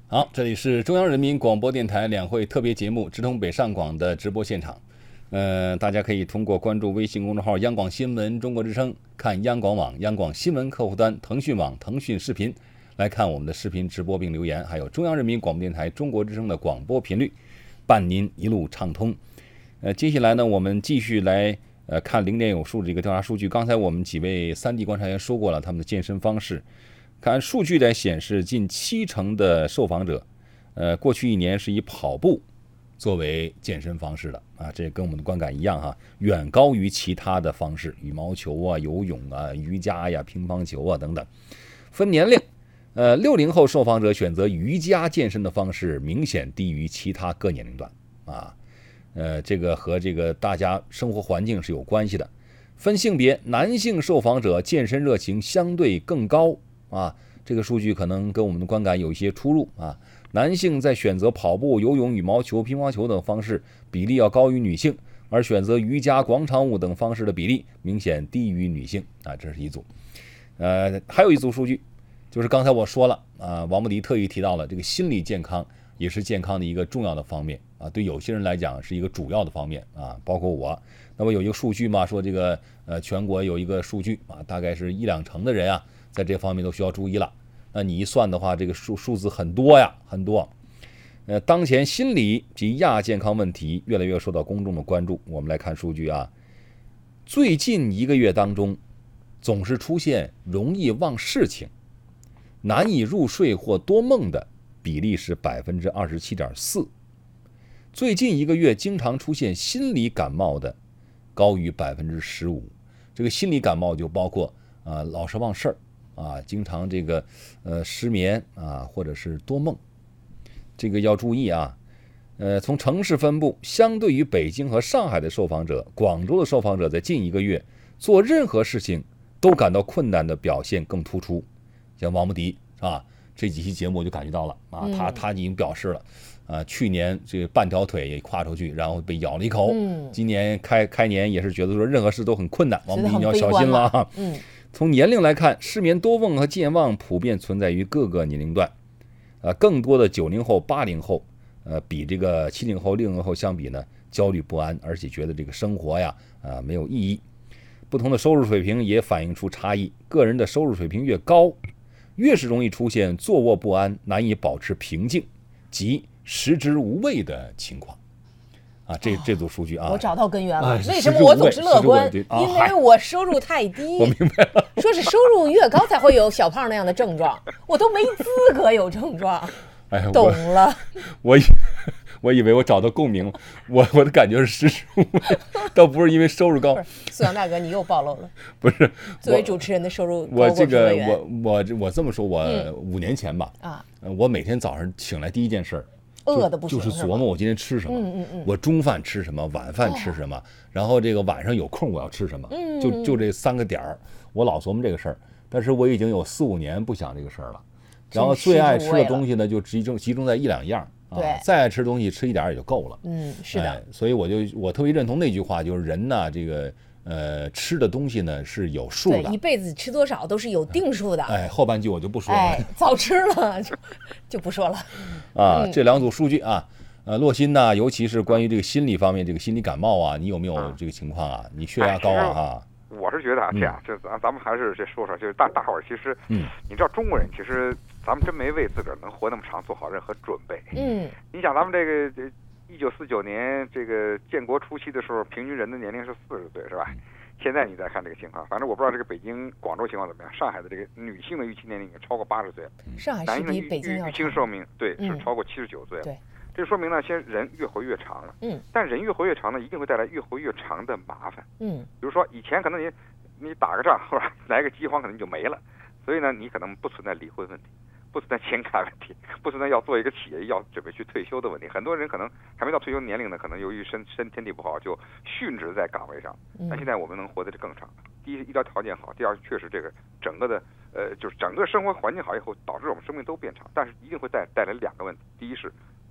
好，这里是中央人民广播电台两会特别节目《直通北上广》的直播现场。呃，大家可以通过关注微信公众号“央广新闻中国之声”，看央广网、央广新闻客户端、腾讯网、腾讯视频，来看我们的视频直播并留言，还有中央人民广播电台中国之声的广播频率，伴您一路畅通。呃，接下来呢，我们继续来呃看零点有数这个调查数据。刚才我们几位三 D 观察员说过了他们的健身方式。看数据来显示，近七成的受访者，呃，过去一年是以跑步作为健身方式的啊，这跟我们的观感一样哈，远高于其他的方式，羽毛球啊、游泳啊、瑜伽呀、乒乓球啊等等。分年龄，呃，六零后受访者选择瑜伽健身的方式明显低于其他各年龄段啊，呃，这个和这个大家生活环境是有关系的。分性别，男性受访者健身热情相对更高。啊，这个数据可能跟我们的观感有一些出入啊。男性在选择跑步、游泳、羽毛球、乒乓球等方式比例要高于女性，而选择瑜伽、广场舞等方式的比例明显低于女性啊，这是一组。呃，还有一组数据，就是刚才我说了啊，王牧迪特意提到了这个心理健康也是健康的一个重要的方面啊，对有些人来讲是一个主要的方面啊，包括我。那么有一个数据嘛，说这个呃全国有一个数据啊，大概是一两成的人啊，在这方面都需要注意了。那你一算的话，这个数数字很多呀，很多。呃，当前心理及亚健康问题越来越受到公众的关注。我们来看数据啊，最近一个月当中，总是出现容易忘事情、难以入睡或多梦的比例是百分之二十七点四。最近一个月经常出现心理感冒的，高于百分之十五。这个心理感冒就包括啊、呃、老是忘事儿啊，经常这个呃失眠啊，或者是多梦，这个要注意啊。呃，从城市分布，相对于北京和上海的受访者，广州的受访者在近一个月做任何事情都感到困难的表现更突出。像王牧迪啊，这几期节目我就感觉到了啊，他他已经表示了。啊，去年这个半条腿也跨出去，然后被咬了一口。嗯，今年开开年也是觉得说任何事都很困难，王牧迪你要小心了啊。嗯，从年龄来看，失眠多梦和健忘普遍存在于各个年龄段。呃，更多的九零后、八零后，呃，比这个七零后、六零后相比呢，焦虑不安，而且觉得这个生活呀，啊、呃，没有意义。不同的收入水平也反映出差异，个人的收入水平越高，越是容易出现坐卧不安、难以保持平静及食之无味的情况，啊，这这组数据啊， 我找到根源了。 啊、 为什么我总是乐观？ 啊、 因为我收入太低。 我明白了， 说是收入越高才会有小胖那样的症状，我都没资格有症状。 哎， 懂了。 我我以我以为我找到共鸣了，我我的感觉是食之无味，倒不是因为收入高。 苏阳大哥，你又暴露了。 不是， 作为主持人的收入高我这个过我我我这么说，我五年前吧， 啊， 我每天早上醒来第一件事儿。 饿的不行， 就是琢磨我今天吃什么， 嗯嗯嗯， 我中饭吃什么，晚饭吃什么，哦、然后这个晚上有空我要吃什么，嗯、就就这三个点儿，我老琢磨这个事儿。但是我已经有四五年不想这个事儿了，然后最爱吃的东西呢就集中集中在一两样， 对、 啊，再爱吃的东西吃一点也就够了， 嗯，是的、 哎。所以我就我特别认同那句话，就是人呢这个。呃，吃的东西呢是有数的， 对，一辈子吃多少都是有定数的。 哎，后半句我就不说了， 哎，早吃了就就不说了。 啊，嗯、这两组数据啊，呃，洛鑫呢，尤其是关于这个心理方面，这个心理感冒啊，你有没有这个情况啊？你血压高啊？哈、 哎，我是觉得啊，这样，这咱咱们还是这说说，就是大大伙儿其实，嗯，你知道中国人其实咱们真没为自个儿能活那么长做好任何准备。嗯，你想咱们这个这。一九四九年这个建国初期的时候，平均人的年龄是四十岁，是吧？现在你再看这个情况，反正我不知道这个北京、广州情况怎么样。上海的这个女性的预期年龄已经超过八十岁了， 上海是比北京要预期寿命对是超过七十九岁了。 对， 这说明呢，现在人越活越长了。嗯，但人越活越长呢，一定会带来越活越长的麻烦。嗯，比如说以前可能你你打个仗是吧，来个饥荒可能就没了，所以呢，你可能不存在离婚问题。不存在情感问题，不存在要做一个企业要准备去退休的问题。很多人可能还没到退休年龄呢，可能由于身身身体不好就殉职在岗位上。但现在我们能活得更长。第一，医疗条件好；第二，确实这个整个的呃，就是整个生活环境好以后，导致我们生命都变长。但是一定会带带来两个问题：第一是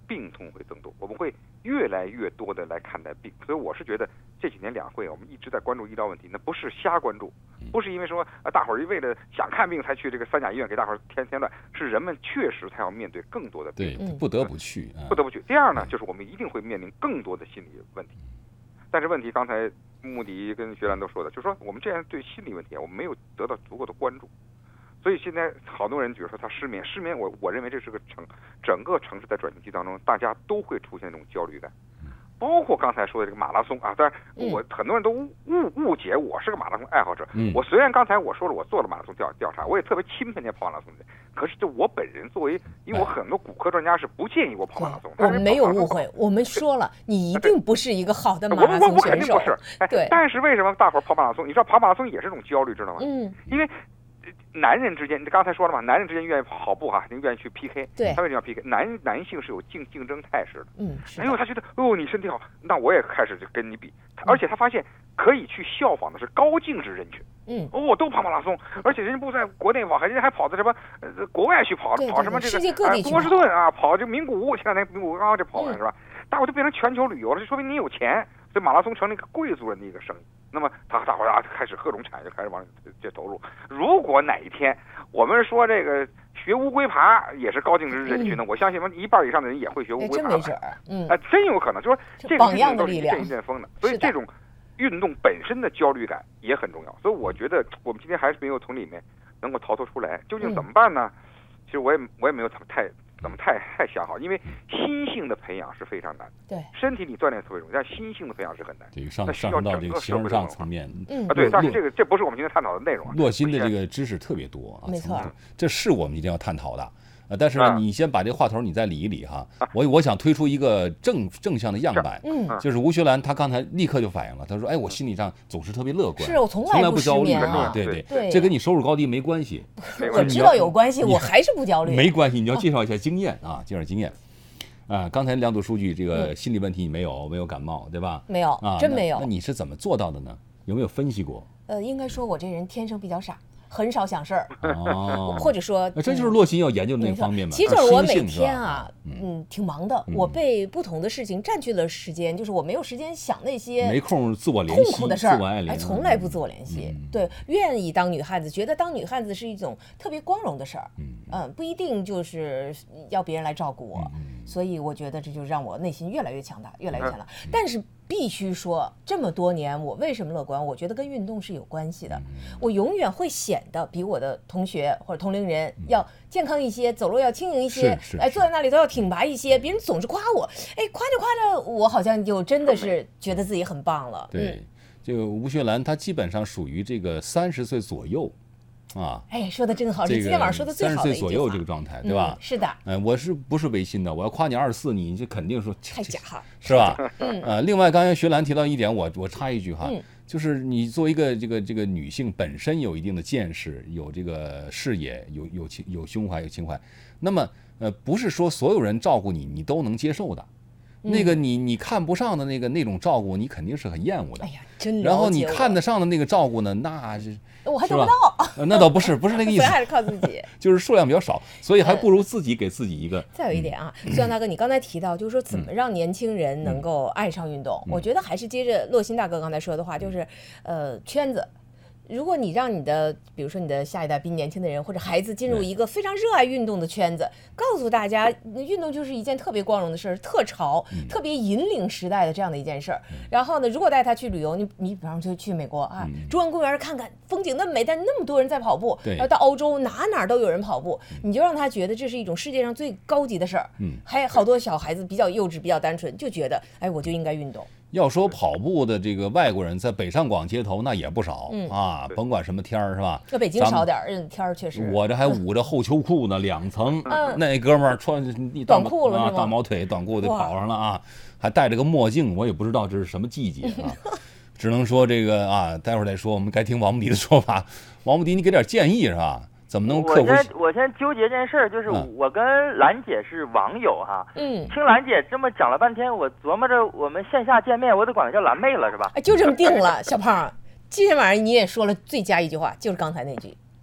病痛会增多，我们会越来越多的来看待病。所以我是觉得这几年两会我们一直在关注医疗问题，那不是瞎关注，不是因为说啊大伙儿为了想看病才去这个三甲医院给大伙儿添添乱，是人们确实才要面对更多的病， 对，不得不去， 不得不去。第二呢，就是我们一定会面临更多的心理问题。但是问题，刚才穆迪跟薛兰都说的，就是说我们这样对心理问题啊，我们没有得到足够的关注，所以现在好多人，比如说他失眠，失眠我我认为这是个城整个城市在转型期当中，大家都会出现这种焦虑感。包括刚才说的这个马拉松啊，当然我很多人都误误误解我是个马拉松爱好者。 嗯， 我虽然刚才我说了我做了马拉松调调查，我也特别钦佩那跑马拉松的人，可是就我本人作为，因为我很多骨科专家是不建议我跑马拉松。 我们没有误会，我们说了，你一定不是一个好的马拉松选手。 我我肯定不是。哎， 对。 但是为什么大伙儿跑马拉松？你知道跑马拉松也是种焦虑，知道吗？ 嗯。 因为男人之间，你刚才说了嘛，男人之间愿意跑步哈，你愿意去 P K， 对， 他为什么要 P K？ 男男性是有竞竞争态势的， 嗯， 哎呦，他觉得哦你身体好，那我也开始就跟你比，而且他发现可以去效仿的是高净值人群， 嗯， 哦，都跑马拉松，而且人家不在国内跑，人家还跑到什么呃国外去跑， 对对对跑什么这个世界各地去波士顿啊，跑这名古屋，前两天名古屋刚刚这跑完、 嗯、 是吧？大伙都变成全球旅游了，这说明你有钱，所以马拉松成了一个贵族人的一个生意。那么他大伙啊开始各种产业开始往这投入。如果哪一天我们说这个学乌龟爬也是高净值人群呢，嗯、我相信一半以上的人也会学乌龟爬。 真没准儿，嗯， 啊，真有可能，就说这个榜样的力量， 一阵一阵风的。所以这种运动本身的焦虑感也很重要。所以我觉得我们今天还是没有从里面能够逃脱出来。究竟怎么办呢？嗯、其实我也我也没有怎么太。怎么太太想好？因为心性的培养是非常难， 对， 身体里锻炼特别容易，但心性的培养是很难。 这个上上升到这个形而上层面， 嗯啊，对，但是这个这不是我们今天探讨的内容啊。 洛心的这个知识特别多啊， 没错， 这是我们一定要探讨的。呃，但是呢，你先把这个话头你再理一理哈。我我想推出一个正正向的样板， 嗯， 就是吴学兰她刚才立刻就反应了，她说：“哎，我心理上总是特别乐观， 是我从来不焦虑啊， 对对对，这跟你收入高低没关系。 我知道有关系，我还是不焦虑。 没关系，你要介绍一下经验啊，介绍经验。啊，刚才两组数据，这个心理问题你没有，没有感冒，对吧？ 没有啊，真没有。 那你是怎么做到的呢？有没有分析过？ 呃，应该说我这人天生比较傻。很少想事儿， 哦， 或者说， 这就是洛心要研究的那方面嘛。 其实就是我每天啊，嗯，挺忙的，我被不同的事情占据了时间，就是我没有时间想那些没空自我联系、 痛苦的事儿， 哎， 从来不自我联系。对，愿意当女汉子，觉得当女汉子是一种特别光荣的事儿，嗯，不一定就是要别人来照顾我，所以我觉得这就让我内心越来越强大，越来越强大。但是必须说，这么多年我为什么乐观？我觉得跟运动是有关系的。我永远会显得比我的同学或者同龄人要健康一些，走路要轻盈一些，哎，坐在那里都要挺拔一些。别人总是夸我，哎，夸着夸着，我好像就真的是觉得自己很棒了。 对，这个吴学兰她基本上属于这个三十岁左右。啊， 哎，说的真好，这今天晚上说的最好的一句话。 三十岁左右这个状态，对吧？ 嗯、是的。 哎，我是不是违心的？我要夸你二十四，你就肯定说太假哈， 是吧？ 嗯。 呃，另外，刚才学兰提到一点，我我插一句哈， 嗯、 就是你作为一个这个这个女性，本身有一定的见识，有这个视野，有有情有胸怀有情怀，那么呃，不是说所有人照顾你，你都能接受的。那个你你看不上的那个那种照顾，你肯定是很厌恶的。 哎呀，真然后你看得上的那个照顾呢，那是我还得不到。 那倒不是，不是那个意思。 所以还是靠自己。 就是数量比较少，所以还不如自己给自己一个。 再有一点啊，孙阳大哥，你刚才提到就是说怎么让年轻人能够爱上运动，我觉得还是接着洛心大哥刚才说的话，就是呃圈子。如果你让你的，比如说你的下一代比年轻的人或者孩子进入一个非常热爱运动的圈子，告诉大家运动就是一件特别光荣的事儿，特潮、嗯、特别引领时代的这样的一件事儿。然后呢，如果带他去旅游，你你比方说去美国啊，嗯、中央公园看看风景那么美，但那么多人在跑步，然后到欧洲哪哪都有人跑步，你就让他觉得这是一种世界上最高级的事儿。嗯，还有好多小孩子比较幼稚、比较单纯，就觉得哎，我就应该运动。 要说跑步的这个外国人在北上广街头那也不少、嗯、啊，甭管什么天儿是吧？ 那北京少点儿，嗯，天儿确实。 我这还捂着厚秋裤呢，两层。嗯、那哥们儿穿短裤了啊，大毛腿短裤就跑上了啊，还戴着个墨镜，我也不知道这是什么季节啊，只能说这个啊，待会儿再说，我们该听王牧迪的说法。王牧迪，你给点建议是吧？怎么能克服？ 我先我先纠结这件事儿，就是我跟兰姐是网友哈， 嗯， 听兰姐这么讲了半天，我琢磨着我们线下见面，我得管她叫兰妹了，是吧？ 哎，就这么定了，小胖，今天晚上你也说了最佳一句话，就是刚才那句。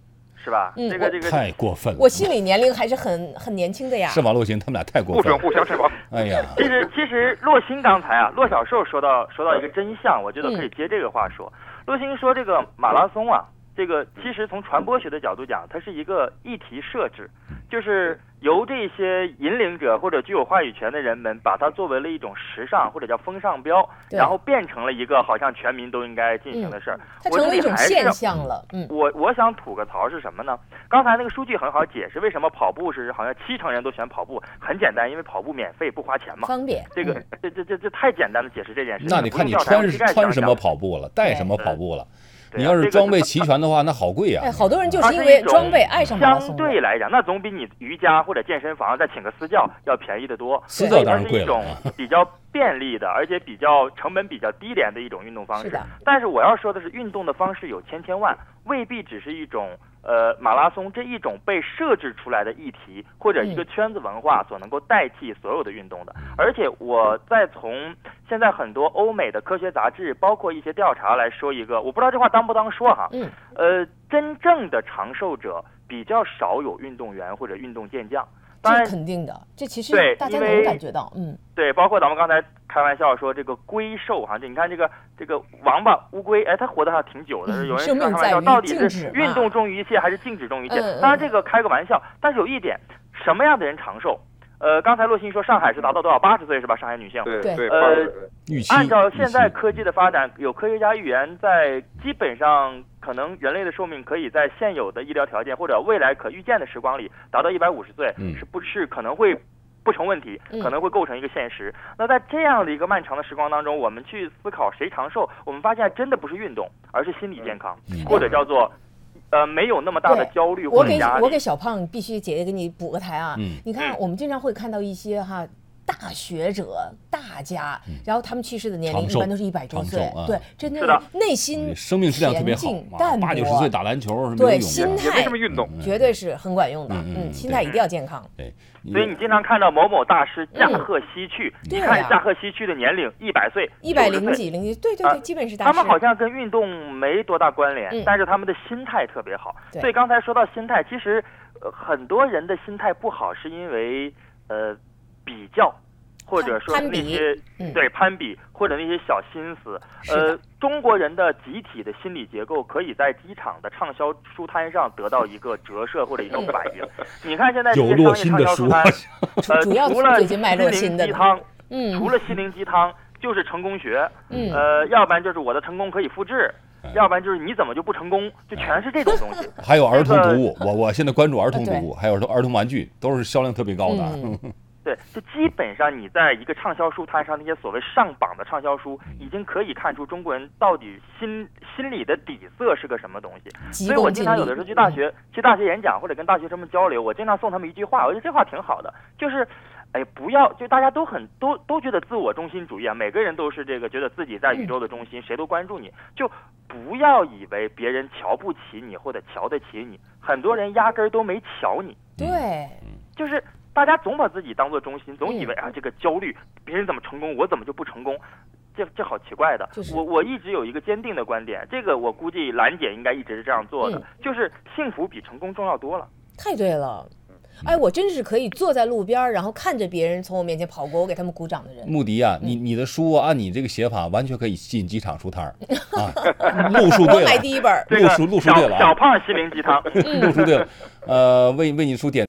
是吧？ 嗯、 这个这个太过分了。 我心理年龄还是很很年轻的呀。 是吧，洛鑫？他们俩太过分了， 不准互相吃饱。 哎呀， 其实其实洛鑫刚才啊，骆小寿说到说到一个真相，我觉得可以接这个话说。洛鑫说这个马拉松啊，这个其实从传播学的角度讲，它是一个议题设置，就是由这些引领者或者具有话语权的人们，把它作为了一种时尚或者叫风尚标，然后变成了一个好像全民都应该进行的事儿。 嗯、它成为一种现象了。嗯， 我我想吐个槽是什么呢？刚才那个数据很好解释，为什么跑步是好像七成人都选跑步？很简单，因为跑步免费不花钱嘛， 方便。 这个、嗯、这这这这太简单的解释这件事。 那你看你穿穿什么跑步了，带什么跑步了？你要是装备齐全的话，那好贵啊！ 哎，好多人就是因为装备爱上马拉松。 相对来讲，那总比你瑜伽或者健身房再请个私教要便宜得多。 私教当然贵了。 它是一种比较便利的，而且比较成本比较低廉的一种运动方式。 是的。 但是我要说的是，运动的方式有千千万，未必只是一种呃马拉松这一种被设置出来的议题或者一个圈子文化所能够代替所有的运动的。而且我再从现在很多欧美的科学杂志，包括一些调查来说一个，我不知道这话当不当说哈。 嗯。 呃，真正的长寿者比较少有运动员或者运动健将。当然这肯定的，这其实大家能感觉到，嗯， 对，包括咱们刚才开玩笑说这个龟寿哈，这你看这个这个王八、乌龟，哎，它活得还挺久的。 嗯、 有人开玩笑，到底是运动重于一切还是静止重于一切？ 嗯、 当然这个开个玩笑，但是有一点，什么样的人长寿？呃，刚才洛鑫说上海是达到多少？八十岁是吧？上海女性。 对对。 呃，按照现在预期科技的发展，有科学家预言，在基本上可能人类的寿命可以在现有的医疗条件或者未来可预见的时光里达到一百五十岁， 嗯、 是不是可能会不成问题，可能会构成一个现实。嗯、那在这样的一个漫长的时光当中，我们去思考谁长寿，我们发现真的不是运动，而是心理健康， 嗯、 或者叫做。呃，没有那么大的焦虑或者压力。 我给我给小胖必须姐姐给你补个台啊！ 嗯、 你看，我们经常会看到一些哈大学者、大家， 嗯、 然后他们去世的年龄一般都是一百多岁， 啊、 对，真的内心生命质量特别好， 淡八九十岁打篮球是对，心态也没什么运动， 绝对是很管用的。 嗯， 嗯心态一定要健康。 对， 所以你经常看到某某大师驾鹤西去，你看驾鹤西去的年龄一百岁、 一百零几零几，对对对，基本是大师。 他们好像跟运动没多大关联，但是他们的心态特别好。所以刚才说到心态，其实很多人的心态不好，是因为呃比较。或者说那些对攀比或者那些小心思，呃，中国人的集体的心理结构可以在机场的畅销书摊上得到一个折射或者一个反映。你看现在这些商业畅销书摊，呃，除了心灵鸡汤， 嗯， 除了心灵鸡汤就是成功学， 嗯， 呃，要不然就是我的成功可以复制。要不然就是你怎么就不成功，就全是这种东西。 还有儿童读物，我我现在关注儿童读物，还有儿童玩具，都是销量特别高的。 嗯对，就基本上你在一个畅销书摊上，那些所谓上榜的畅销书，已经可以看出中国人到底心心里的底色是个什么东西。所以我经常有的时候去大学、嗯、去大学演讲或者跟大学生们交流，我经常送他们一句话，我觉得这话挺好的，就是，哎，不要就大家都很都都觉得自我中心主义啊，每个人都是这个觉得自己在宇宙的中心，嗯、谁都关注你，就不要以为别人瞧不起你或者瞧得起你，很多人压根儿都没瞧你。 对， 就是。大家总把自己当作中心，总以为啊这个焦虑，别人怎么成功，我怎么就不成功？这这好奇怪的。 就是、 我我一直有一个坚定的观点，这个我估计兰姐应该一直是这样做的， 嗯、 就是幸福比成功重要多了。 太对了。哎，我真是可以坐在路边，然后看着别人从我面前跑过，我给他们鼓掌的人。 穆迪啊，你你的书按你这个写法，完全可以进机场书摊啊。路数对了， 我买第一本。 路数路数对了啊。 小胖心灵鸡汤。 路数对了，呃，为为你书点。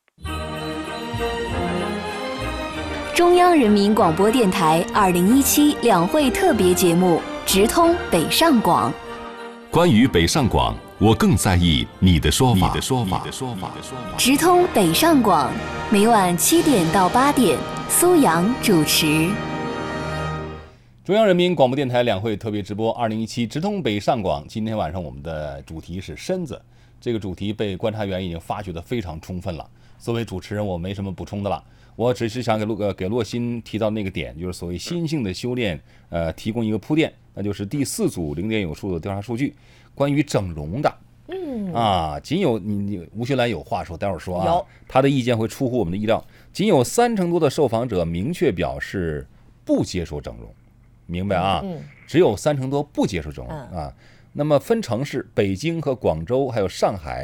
中央人民广播电台二零一七两会特别节目直通北上广。 关于北上广，我更在意你的说法。 你的说法。 直通北上广，每晚七点到八点，苏阳主持。 中央人民广播电台两会特别直播二零一七直通北上广。今天晚上我们的主题是身子，这个主题被观察员已经发掘得非常充分了。作为主持人，我没什么补充的了。我只是想给洛呃给洛鑫提到那个点，就是所谓心性的修炼，呃，提供一个铺垫，那就是第四组零点有数的调查数据，关于整容的。 嗯啊，仅有你你吴学兰有话说，待会儿说啊有， 他的意见会出乎我们的意料。仅有三成多的受访者明确表示不接受整容，明白啊？ 嗯， 只有三成多不接受整容、 嗯、 啊。那么分城市，北京和广州还有上海，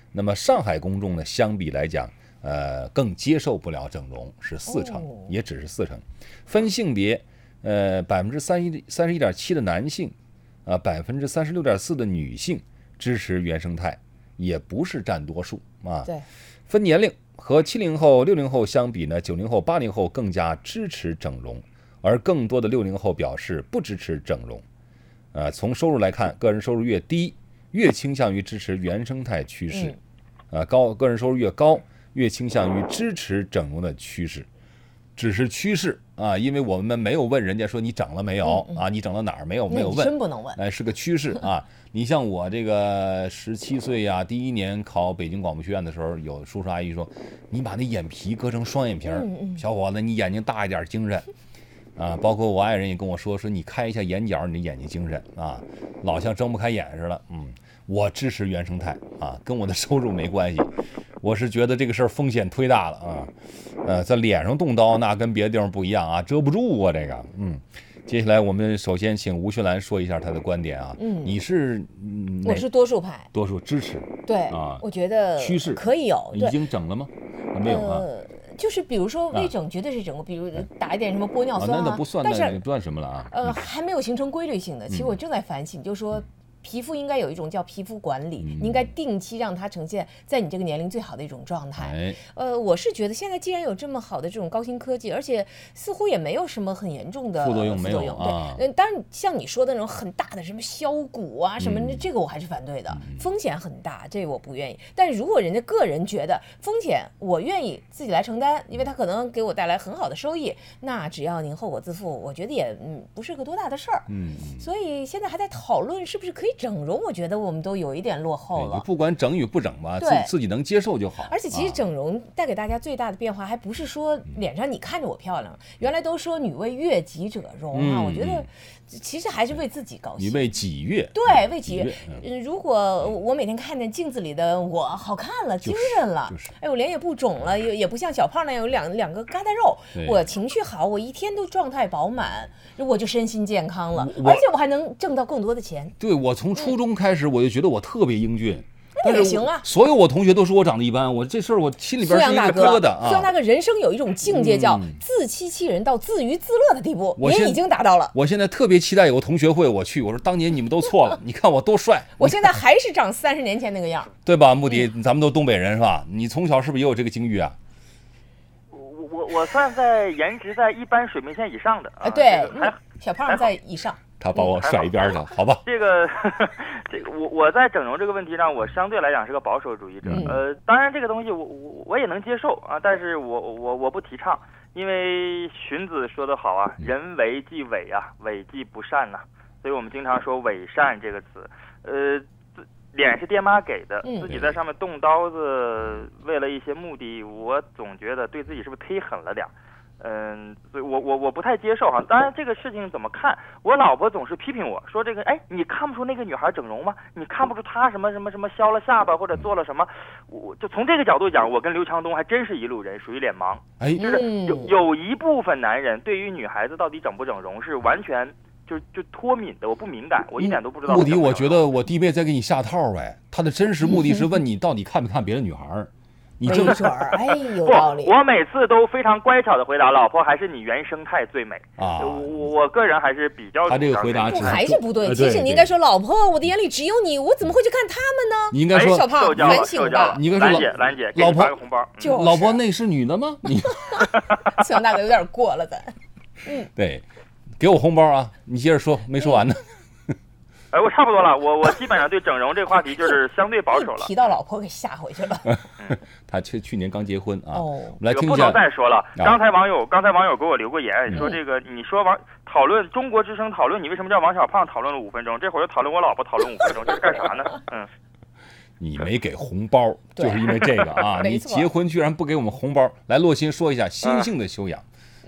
那么上海公众呢，相比来讲，呃，更接受不了整容，是四成， 哦、 也只是四成。分性别，呃，百分之三十三十一点七的男性，啊，百分之三十六点四的女性支持原生态，也不是占多数啊。 对。 分年龄，和七零后、六零后相比呢，九零后、八零后更加支持整容，而更多的六零后表示不支持整容。呃，从收入来看，个人收入越低，越倾向于支持原生态趋势； 嗯、 呃，高个人收入越高，越倾向于支持整容的趋势。只是趋势啊，因为我们没有问人家说你整了没有、嗯嗯、啊，你整到哪儿没有？没有问， 真不能问。 哎，是个趋势啊。你像我这个十七岁呀，第一年考北京广播学院的时候，有叔叔阿姨说，你把那眼皮割成双眼皮儿、 嗯嗯， 小伙子，你眼睛大一点，精神。啊，包括我爱人也跟我说，说你开一下眼角，你的眼睛精神啊，老像睁不开眼似的。嗯，我支持原生态啊，跟我的收入没关系。我是觉得这个事儿风险忒大了啊，呃，在脸上动刀那跟别的地方不一样啊，遮不住啊这个。嗯，接下来我们首先请吴学兰说一下她的观点啊。 嗯， 你是、嗯、 我是多数派， 多数支持。 对啊， 我觉得趋势可以有。 已经整了吗？没有啊。 呃就是比如说微整绝对是整过，比如打一点什么玻尿酸啊，那不算， 但是不算什么了啊。 呃，还没有形成规律性的。其实我正在反省，就是说。皮肤应该有一种叫皮肤管理，你应该定期让它呈现在你这个年龄最好的一种状态。呃，我是觉得现在既然有这么好的这种高新科技，而且似乎也没有什么很严重的副作用， 没有啊。对，当然像你说的那种很大的什么削骨啊什么， 嗯、 这个我还是反对的，风险很大，这个我不愿意。但是如果人家个人觉得风险我愿意自己来承担，因为它可能给我带来很好的收益，那只要您后果自负，我觉得也嗯不是个多大的事儿。 嗯， 所以现在还在讨论是不是可以整容，我觉得我们都有一点落后了。 不管整与不整吧，自自己能接受就好。 而且其实整容带给大家最大的变化，还不是说脸上你看着我漂亮，原来都说女为悦己者容啊， 嗯、 我觉得其实还是为自己高兴。 你为己悦， 对，为己悦。嗯，如果我每天看见镜子里的我好看了，精神了， 就是就是、 哎，我脸也不肿了，也也不像小胖那样有两两个疙瘩肉，我情绪好，我一天都状态饱满，我就身心健康了，而且我还能挣到更多的钱。 对，我从初中开始我就觉得我特别英俊。 那也行啊， 所有我同学都说我长得一般，我这事儿我心里边是一个疙瘩啊。 苏阳大哥人生有一种境界叫自欺欺人到自娱自乐的地步，您已经达到了。 我现在特别期待有个同学会我去，我说当年你们都错了，你看我多帅。 我现在还是长三十年前那个样， 对吧？穆迪，咱们都东北人是吧？你从小是不是也有这个境遇啊？ 我我我算在颜值在一般水平线以上的啊， 对，小胖在以上。 他把我甩一边了，好吧？ 这个，这个我我在整容这个问题上，我相对来讲是个保守主义者。 嗯、 呃，当然这个东西我我我也能接受啊，但是我我我不提倡，因为荀子说得好啊，人为即伪啊，伪即不善呐、啊，所以我们经常说伪善这个词。呃，脸是爹妈给的，自己在上面动刀子，为了一些目的，我总觉得对自己是不是忒狠了点？嗯，所以我我我不太接受哈。当然这个事情怎么看，我老婆总是批评我说这个，哎，你看不出那个女孩整容吗？你看不出她什么什么什么削了下巴或者做了什么？我就从这个角度讲，我跟刘强东还真是一路人，属于脸盲。 哎， 就是有有一部分男人对于女孩子到底整不整容是完全就就脱敏的，我不敏感，我一点都不知道。 目的我觉得我弟妹在给你下套哎，他的真实目的是问你到底看不看别的女孩。你没准儿，哎，有道理。 我每次都非常乖巧的回答，老婆还是你原生态最美啊。 我我个人还是比较。 他这个回答还是不对。其实你应该说，老婆，我的眼里只有你，我怎么会去看他们呢？ 你应该说， 小胖反省的。 你应该说， 兰姐，兰姐， 老婆， 红包， 老婆那是女的吗？你， 苏阳大哥有点过了，咱。 嗯，对，给我红包啊！你接着说，没说完呢。 哎，我差不多了，我我基本上对整容这个话题就是相对保守了。 提到老婆给吓回去了。 他去去年刚结婚啊。 哦。 我们来听一下。 不能再说了。刚才网友刚才网友给我留过言，说这个你说王讨论中国之声讨论你为什么叫王小胖，讨论了五分钟，这会儿又讨论我老婆，讨论五分钟，这是干啥呢？嗯。 你没给红包，就是因为这个啊！你结婚居然不给我们红包，来洛心说一下心性的修养。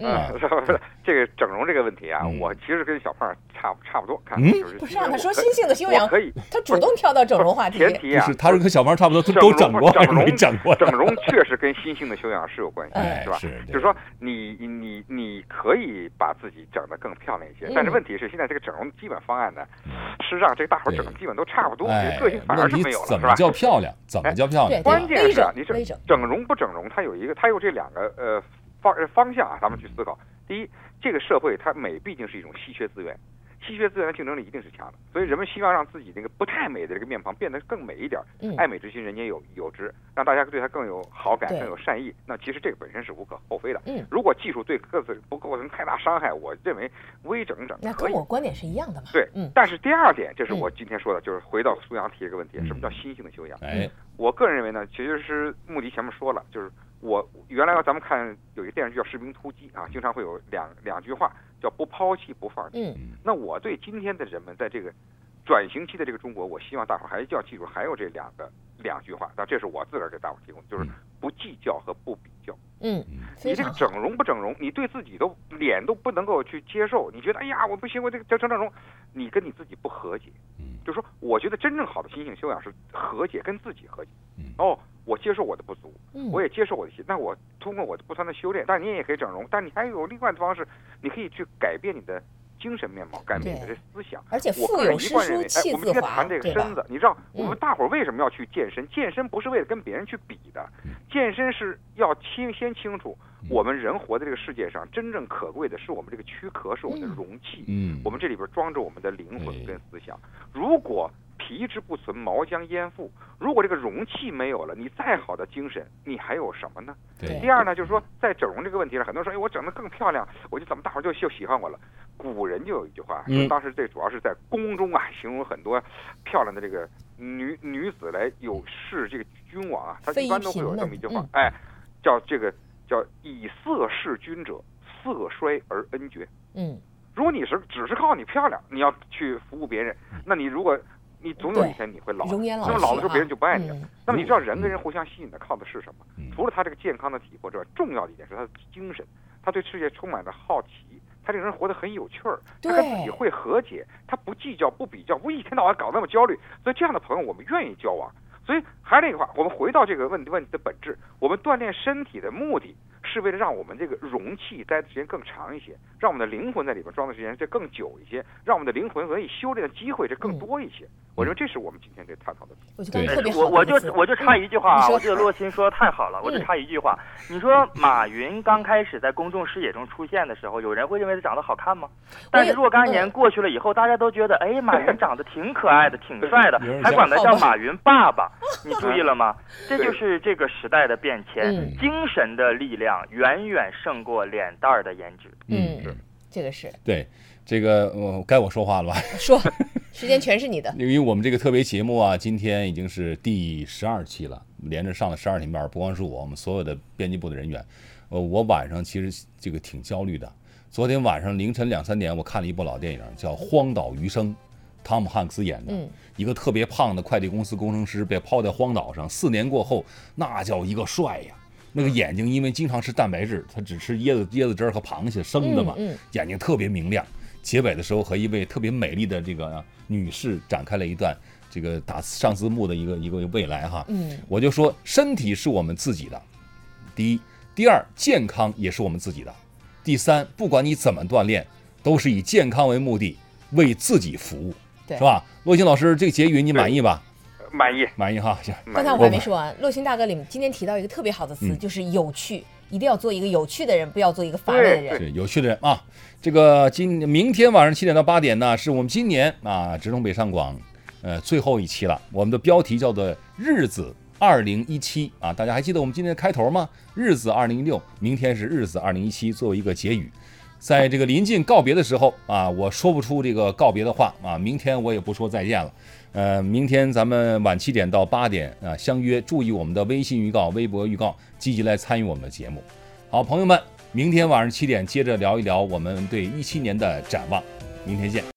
啊。 这个整容这个问题啊， 嗯、 我其实跟小胖差差不多，看嗯， 就是不是让他说心性的修养， 可以， 他主动跳到整容话题。 前提啊， 是他是跟小胖差不多，都都整过， 整容没整过。 整容确实跟心性的修养是有关系的， 哎、 是吧？ 是， 就是说你你你可以把自己整得更漂亮一些， 嗯、 但是问题是现在这个整容基本方案呢，事实上这大伙整的基本都差不多， 哎、 个性反而是没有了， 怎么叫漂亮？怎么叫漂亮？ 关键是啊，你整整容不整容，它有一个，它有这两个呃方方向啊，咱们去思考。第一，这个社会它美毕竟是一种稀缺资源，稀缺资源的竞争力一定是强的，所以人们希望让自己那个不太美的这个面庞变得更美一点。 嗯， 爱美之心人皆有有之，让大家对它更有好感，更有善意。那其实这个本身是无可厚非的。 嗯， 如果技术对个子不构成太大伤害，我认为微整整那跟我观点是一样的嘛。 对， 嗯。 但是第二点，这是我今天说的，就是回到苏阳提这个问题， 嗯、 什么叫心性的修养？ 哎， 我个人认为呢，其实是穆迪前面说了，就是我原来咱们看有一个电视剧叫《士兵突击》啊，经常会有两两句话叫不抛弃不放弃。 嗯， 那我对今天的人们在这个转型期的这个中国，我希望大伙还是要记住，还有这两个两句话，那这是我自个儿给大伙提供，就是不计较和不比较。 嗯， 你这个整容不整容，你对自己都脸都不能够去接受，你觉得哎呀我不行，我这个整整整容，你跟你自己不和解。就是说，我觉得真正好的心性修养是和解，跟自己和解。哦，我接受我的不足，我也接受我的心，那我通过我的不断的修炼，但你也可以整容，但你还有另外的方式，你可以去改变你的精神面貌，改变你的这思想。 而且腹有诗书气自华。哎， 我们今天谈这个身子，你知道我们大伙儿为什么要去健身？健身不是为了跟别人去比的，健身是要清先清楚。我们人活在这个世界上，真正可贵的是我们这个躯壳，是我们的容器。嗯，我们这里边装着我们的灵魂跟思想。如果皮之不存，毛将焉附？如果这个容器没有了，你再好的精神，你还有什么呢？ 对。 第二呢，就是说在整容这个问题上，很多人说，哎，我整得更漂亮，我就怎么大伙儿就就喜欢我了。古人就有一句话， 嗯、 当时这主要是在宫中啊，形容很多漂亮的这个女女子来有事这个君王啊，他一般都会有这么一句话， 嗯、 哎，叫这个。叫以色事君者，色衰而恩绝。 嗯， 如果你是只是靠你漂亮，你要去服务别人，那你如果你总有一天你会老， 容颜老那么老的时候别人就不爱你了。 嗯、 那么你知道人跟人互相吸引的靠的是什么？嗯、除了他这个健康的体魄之外，重要的一点是他的精神，他对世界充满着好奇，他这个人活得很有趣儿，他跟自己会和解，他不计较不比较，不一天到晚搞那么焦虑。所以这样的朋友我们愿意交往。所以还是那个话，我们回到这个问题问题的本质，我们锻炼身体的目的是为了让我们这个容器待的时间更长一些，让我们的灵魂在里边装的时间这更久一些，让我们的灵魂可以修炼的机会这更多一些。嗯、我认为这是我们今天这探讨的。 我觉得特别好。 我我就我就插一句话啊，我觉得洛钦说的太好了，我就插一句话。你说马云刚开始在公众视野中出现的时候，有人会认为他长得好看吗？但是若干年过去了以后，大家都觉得，哎，马云长得挺可爱的，挺帅的，还管他叫马云爸爸。你注意了吗？这就是这个时代的变迁， 嗯、 精神的力量远远胜过脸蛋的颜值。 嗯，这个是对，这个呃，该我说话了吧？ 说，时间全是你的。 因为我们这个特别节目啊，今天已经是第十二期了，连着上了十二天班，不光是我，我们所有的编辑部的人员，呃，我晚上其实这个挺焦虑的。昨天晚上凌晨两三点，我看了一部老电影，叫《荒岛余生》。汤姆汉克斯演的， 嗯、 一个特别胖的快递公司工程师被抛在荒岛上，四年过后，那叫一个帅呀！那个眼睛因为经常吃蛋白质，他只吃椰子椰子汁和螃蟹生的嘛， 嗯嗯、 眼睛特别明亮。结尾的时候和一位特别美丽的这个、啊、女士展开了一段这个打上字幕的一个一个未来哈。 嗯， 我就说身体是我们自己的，第一，第二，健康也是我们自己的，第三，不管你怎么锻炼，都是以健康为目的，为自己服务。是吧？洛钦老师，这个结语你满意吧？ 满意， 满意哈。行， 刚才我还没说完。洛钦大哥，你们今天提到一个特别好的词， 嗯、 就是有趣，一定要做一个有趣的人，不要做一个乏味的人。 是有趣的人啊。这个今明天晚上七点到八点呢，是我们今年啊直通北上广呃最后一期了。我们的标题叫做“日子二零一七”啊，大家还记得我们今天的开头吗？日子二零一六，明天是日子二零一七，作为一个结语。在这个临近告别的时候啊，我说不出这个告别的话啊，明天我也不说再见了。呃，明天咱们晚七点到八点啊相约，注意我们的微信预告、微博预告，积极来参与我们的节目。好，朋友们，明天晚上七点接着聊一聊我们对一七年的展望，明天见。